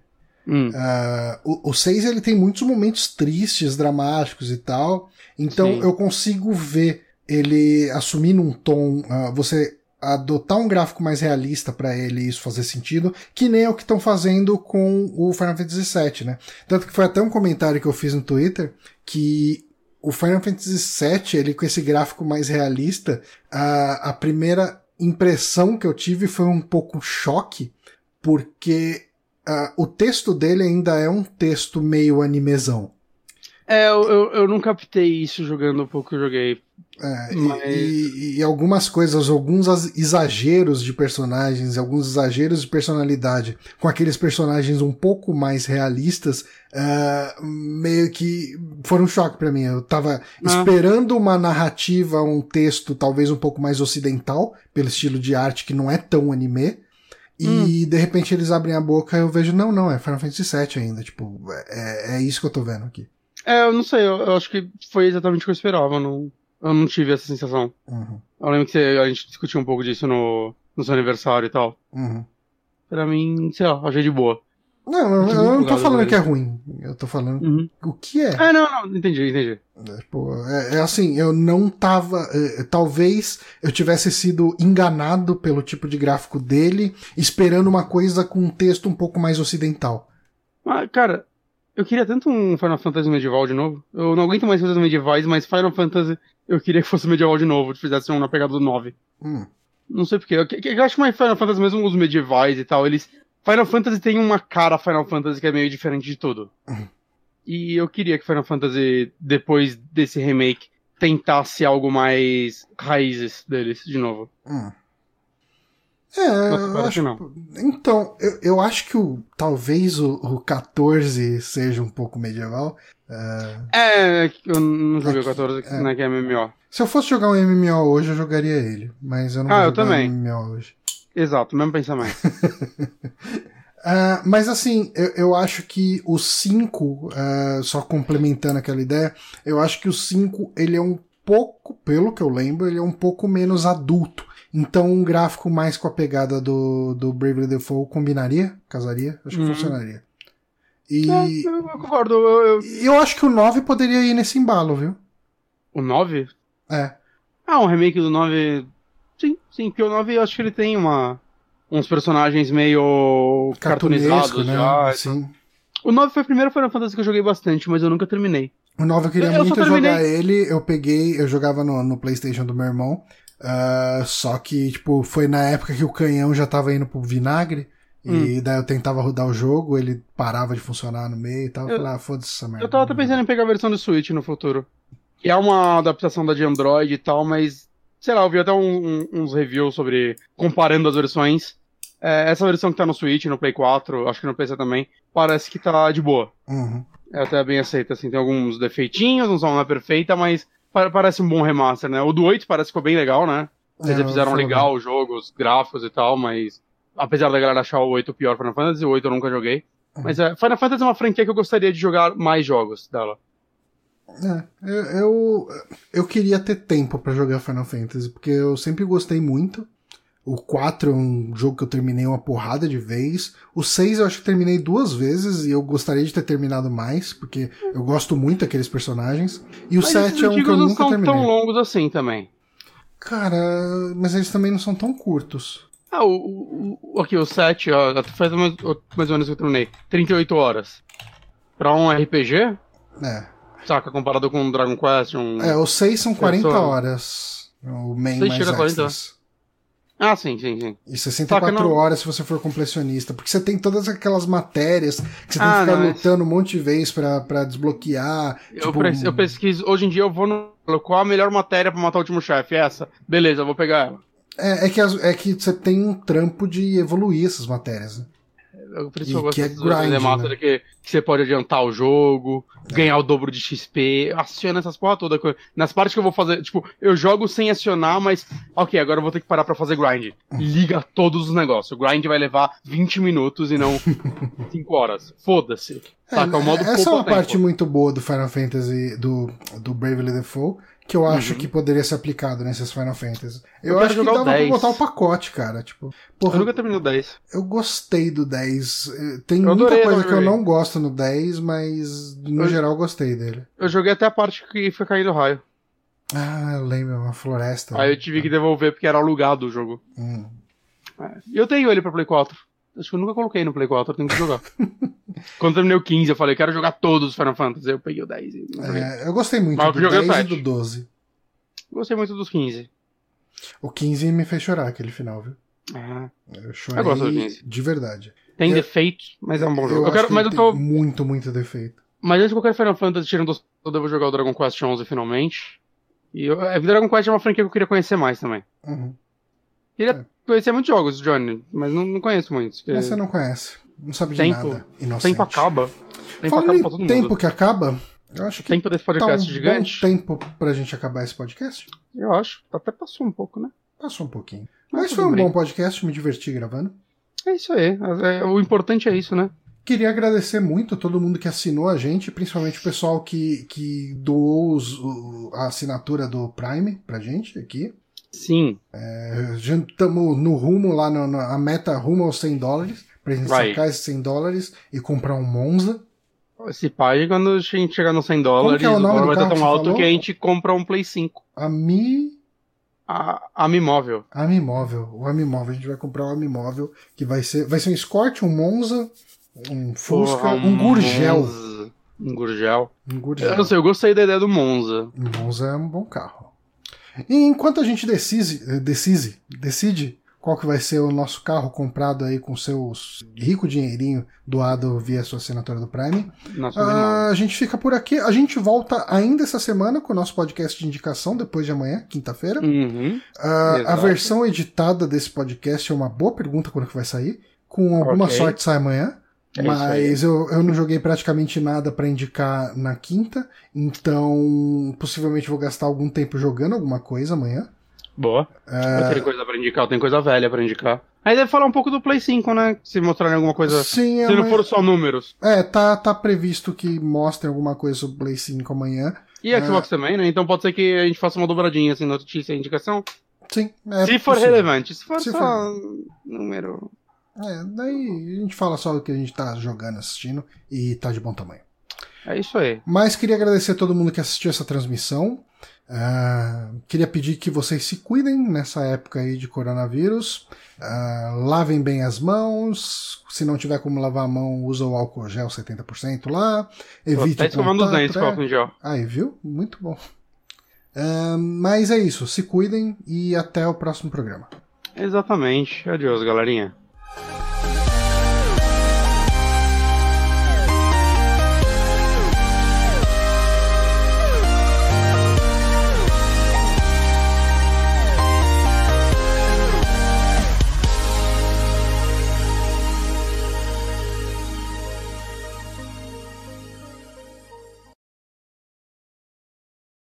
O 6, ele tem muitos momentos tristes, dramáticos e tal, então eu consigo ver ele assumindo um tom, você adotar um gráfico mais realista pra ele isso fazer sentido, que nem o que estão fazendo com o Final Fantasy VII, né? Tanto que foi até um comentário que eu fiz no Twitter, que o Final Fantasy VII, ele com esse gráfico mais realista, a primeira impressão que eu tive foi um pouco choque, porque o texto dele ainda é um texto meio animezão. Eu não captei isso jogando o pouco que eu joguei. E algumas coisas, alguns exageros de personagens, alguns exageros de personalidade, com aqueles personagens um pouco mais realistas, meio que foram um choque pra mim. Eu tava esperando uma narrativa, um texto talvez um pouco mais ocidental, pelo estilo de arte que não é tão anime, e de repente eles abrem a boca e eu vejo, não, é Final Fantasy VII ainda, tipo, é isso que eu tô vendo aqui. Eu não sei, eu acho que foi exatamente o que eu esperava, eu não tive essa sensação. Eu lembro que a gente discutiu um pouco disso no seu aniversário e tal. Pra mim, sei lá, achei de boa. Não, eu não tô falando que é ruim. Eu tô falando o que é. Não, entendi. Assim, eu não tava. Talvez eu tivesse sido enganado pelo tipo de gráfico dele, esperando uma coisa com um texto um pouco mais ocidental. Mas, cara, eu queria tanto um Final Fantasy medieval de novo. Eu não aguento mais coisas medievais, mas Final Fantasy eu queria que fosse medieval de novo, que fizesse um na pegada do 9. Não sei porquê. Eu acho que mais Final Fantasy, mesmo os medievais e tal, Final Fantasy tem uma cara Final Fantasy que é meio diferente de tudo. E eu queria que Final Fantasy, depois desse remake, tentasse algo mais raízes deles de novo. Então, eu acho que talvez o 14 seja um pouco medieval. Eu não joguei o 14, né, que é MMO. Se eu fosse jogar um MMO hoje, eu jogaria ele. Mas eu não vou jogar um MMO hoje. Exato, mesmo pensamento. Mas assim, eu acho que o 5, só complementando aquela ideia, eu acho que o 5, ele é um pouco, pelo que eu lembro, ele é um pouco menos adulto. Então um gráfico mais com a pegada do Bravely Default combinaria? Casaria? Acho que funcionaria. Eu concordo. Eu acho que o 9 poderia ir nesse embalo, viu? O 9? É. Um remake do 9... Sim, porque o 9 eu acho que ele tem uns personagens meio cartoonizados, né? já. Sim. O 9 foi o primeiro Final Fantasy que eu joguei bastante, mas eu nunca terminei. O 9 eu queria muito jogar ele, eu jogava no PlayStation do meu irmão, só que, tipo, foi na época que o canhão já tava indo pro vinagre, e daí eu tentava rodar o jogo, ele parava de funcionar no meio e tal, eu falei, foda-se essa merda. Eu tava até pensando em pegar a versão do Switch no futuro. Que é uma adaptação da de Android e tal, mas, sei lá, eu vi até uns reviews sobre comparando as versões. Essa versão que tá no Switch, no Play 4, acho que no PC também, parece que tá de boa. É até bem aceita, assim, tem alguns defeitinhos, não é perfeita, mas parece um bom remaster, né? O do 8 parece que ficou bem legal, né? Eles fizeram legal o jogo, os gráficos e tal, mas apesar da galera achar o 8 o pior Final Fantasy, o 8 eu nunca joguei. Mas Final Fantasy é uma franquia que eu gostaria de jogar mais jogos dela. Eu queria ter tempo pra jogar Final Fantasy, porque eu sempre gostei muito. O 4 é um jogo que eu terminei uma porrada de vez. O 6 eu acho que terminei 2 vezes e eu gostaria de ter terminado mais, porque eu gosto muito daqueles personagens. E o 7 é um que eu nunca terminei. Não são tão longos assim também. Cara, mas eles também não são tão curtos. Aqui, o 7, ó, faz mais ou menos que eu terminei. 38 horas. Pra um RPG? Saca, comparado com o Dragon Quest, o 6 são 40 horas. O main mais extras. Sim. E 64 horas se você for completionista. Porque você tem todas aquelas matérias que você tem que ficar lutando um monte de vez pra desbloquear. Eu pesquiso. Hoje em dia eu vou qual a melhor matéria pra matar o último chefe? Essa. Beleza, eu vou pegar ela. É que você tem um trampo de evoluir essas matérias, né? Por isso eu gosto de grind, né? que você pode adiantar o jogo, ganhar o dobro de XP, aciona essas porra toda. Nas partes que eu vou fazer, tipo, eu jogo sem acionar, mas, ok, agora eu vou ter que parar pra fazer grind. Liga todos os negócios. O grind vai levar 20 minutos e não 5 horas. Foda-se. Saca? O modo essa é uma parte muito boa do Final Fantasy, do Bravely Default, que eu acho que poderia ser aplicado nesses Final Fantasy. Eu acho que dava pra botar o pacote, cara. Tipo, porra, eu nunca terminei o 10. Eu gostei do 10. Tem muita coisa que eu não gosto no 10, mas no geral eu gostei dele. Eu joguei até a parte que foi caindo raio. Eu lembro, uma floresta. Aí eu tive que devolver porque era alugado o jogo. Eu tenho ele pra Play 4. Acho que eu nunca coloquei no Play 4, eu tenho que jogar. Quando eu terminei o 15, eu falei, quero jogar todos os Final Fantasy. Eu peguei o 10. Eu gostei muito do 10 e do 12. Gostei muito dos 15. O 15 me fez chorar, aquele final, viu? Eu chorei. Eu gosto do 15. De verdade. Tem defeitos, mas é um bom jogo. Tem muito defeito. Mas antes de qualquer Final Fantasy, tirando eu devo jogar o Dragon Quest XI finalmente. E a Dragon Quest é uma franquia que eu queria conhecer mais também. Queria conhecer muitos jogos, Johnny, mas não conheço muitos. Mas você não conhece. Não sabe de nada. Inocente. Tempo acaba. Falando em tempo que acaba, eu acho que tempo desse podcast gigante. Bom tempo pra gente acabar esse podcast? Eu acho. Até passou um pouco, né? Passou um pouquinho. Mas foi um bom podcast, me diverti gravando. É isso aí. O importante é isso, né? Queria agradecer muito todo mundo que assinou a gente, principalmente o pessoal que doou a assinatura do Prime pra gente aqui. Sim. Já estamos no rumo lá, a meta rumo aos $100, pra gente sacar esses $100 e comprar um Monza. Esse pai, quando a gente chegar nos $100, Como que é o nome do vai carro estar tão alto falou? que a gente compra um Play 5. A Amimóvel. O Amimóvel. A gente vai comprar um Amimóvel que vai ser um Escort, um Monza, um Fusca, um Gurgel. Um Gurgel. Eu não sei, eu gostei da ideia do Monza. O Monza é um bom carro. E enquanto a gente decide qual que vai ser o nosso carro comprado aí com seus rico dinheirinho doado via sua assinatura do Prime, a gente fica por aqui. A gente volta ainda essa semana com o nosso podcast de indicação, depois de amanhã, quinta-feira. A versão editada desse podcast é uma boa pergunta quando que vai sair. Com alguma sorte sai amanhã. Mas eu não joguei praticamente nada pra indicar na quinta, então possivelmente vou gastar algum tempo jogando alguma coisa amanhã. Boa. Não tem coisa pra indicar, tem coisa velha pra indicar. Aí deve falar um pouco do Play 5, né? Se mostrarem alguma coisa. Sim, se não for só números. Tá previsto que mostrem alguma coisa sobre o Play 5 amanhã. E Xbox também, né? Então pode ser que a gente faça uma dobradinha assim, notícia e indicação. Sim. Se for relevante. Se for só número. Daí a gente fala só o que a gente tá jogando, assistindo e tá de bom tamanho. É isso aí. Mas queria agradecer a todo mundo que assistiu essa transmissão. Queria pedir que vocês se cuidem nessa época aí de coronavírus. Lavem bem as mãos. Se não tiver como lavar a mão, usa o álcool gel 70% lá. Evite tá escovando os dentes com álcool gel. Aí, viu? Muito bom. Mas é isso. Se cuidem e até o próximo programa. Exatamente. Adeus, galerinha.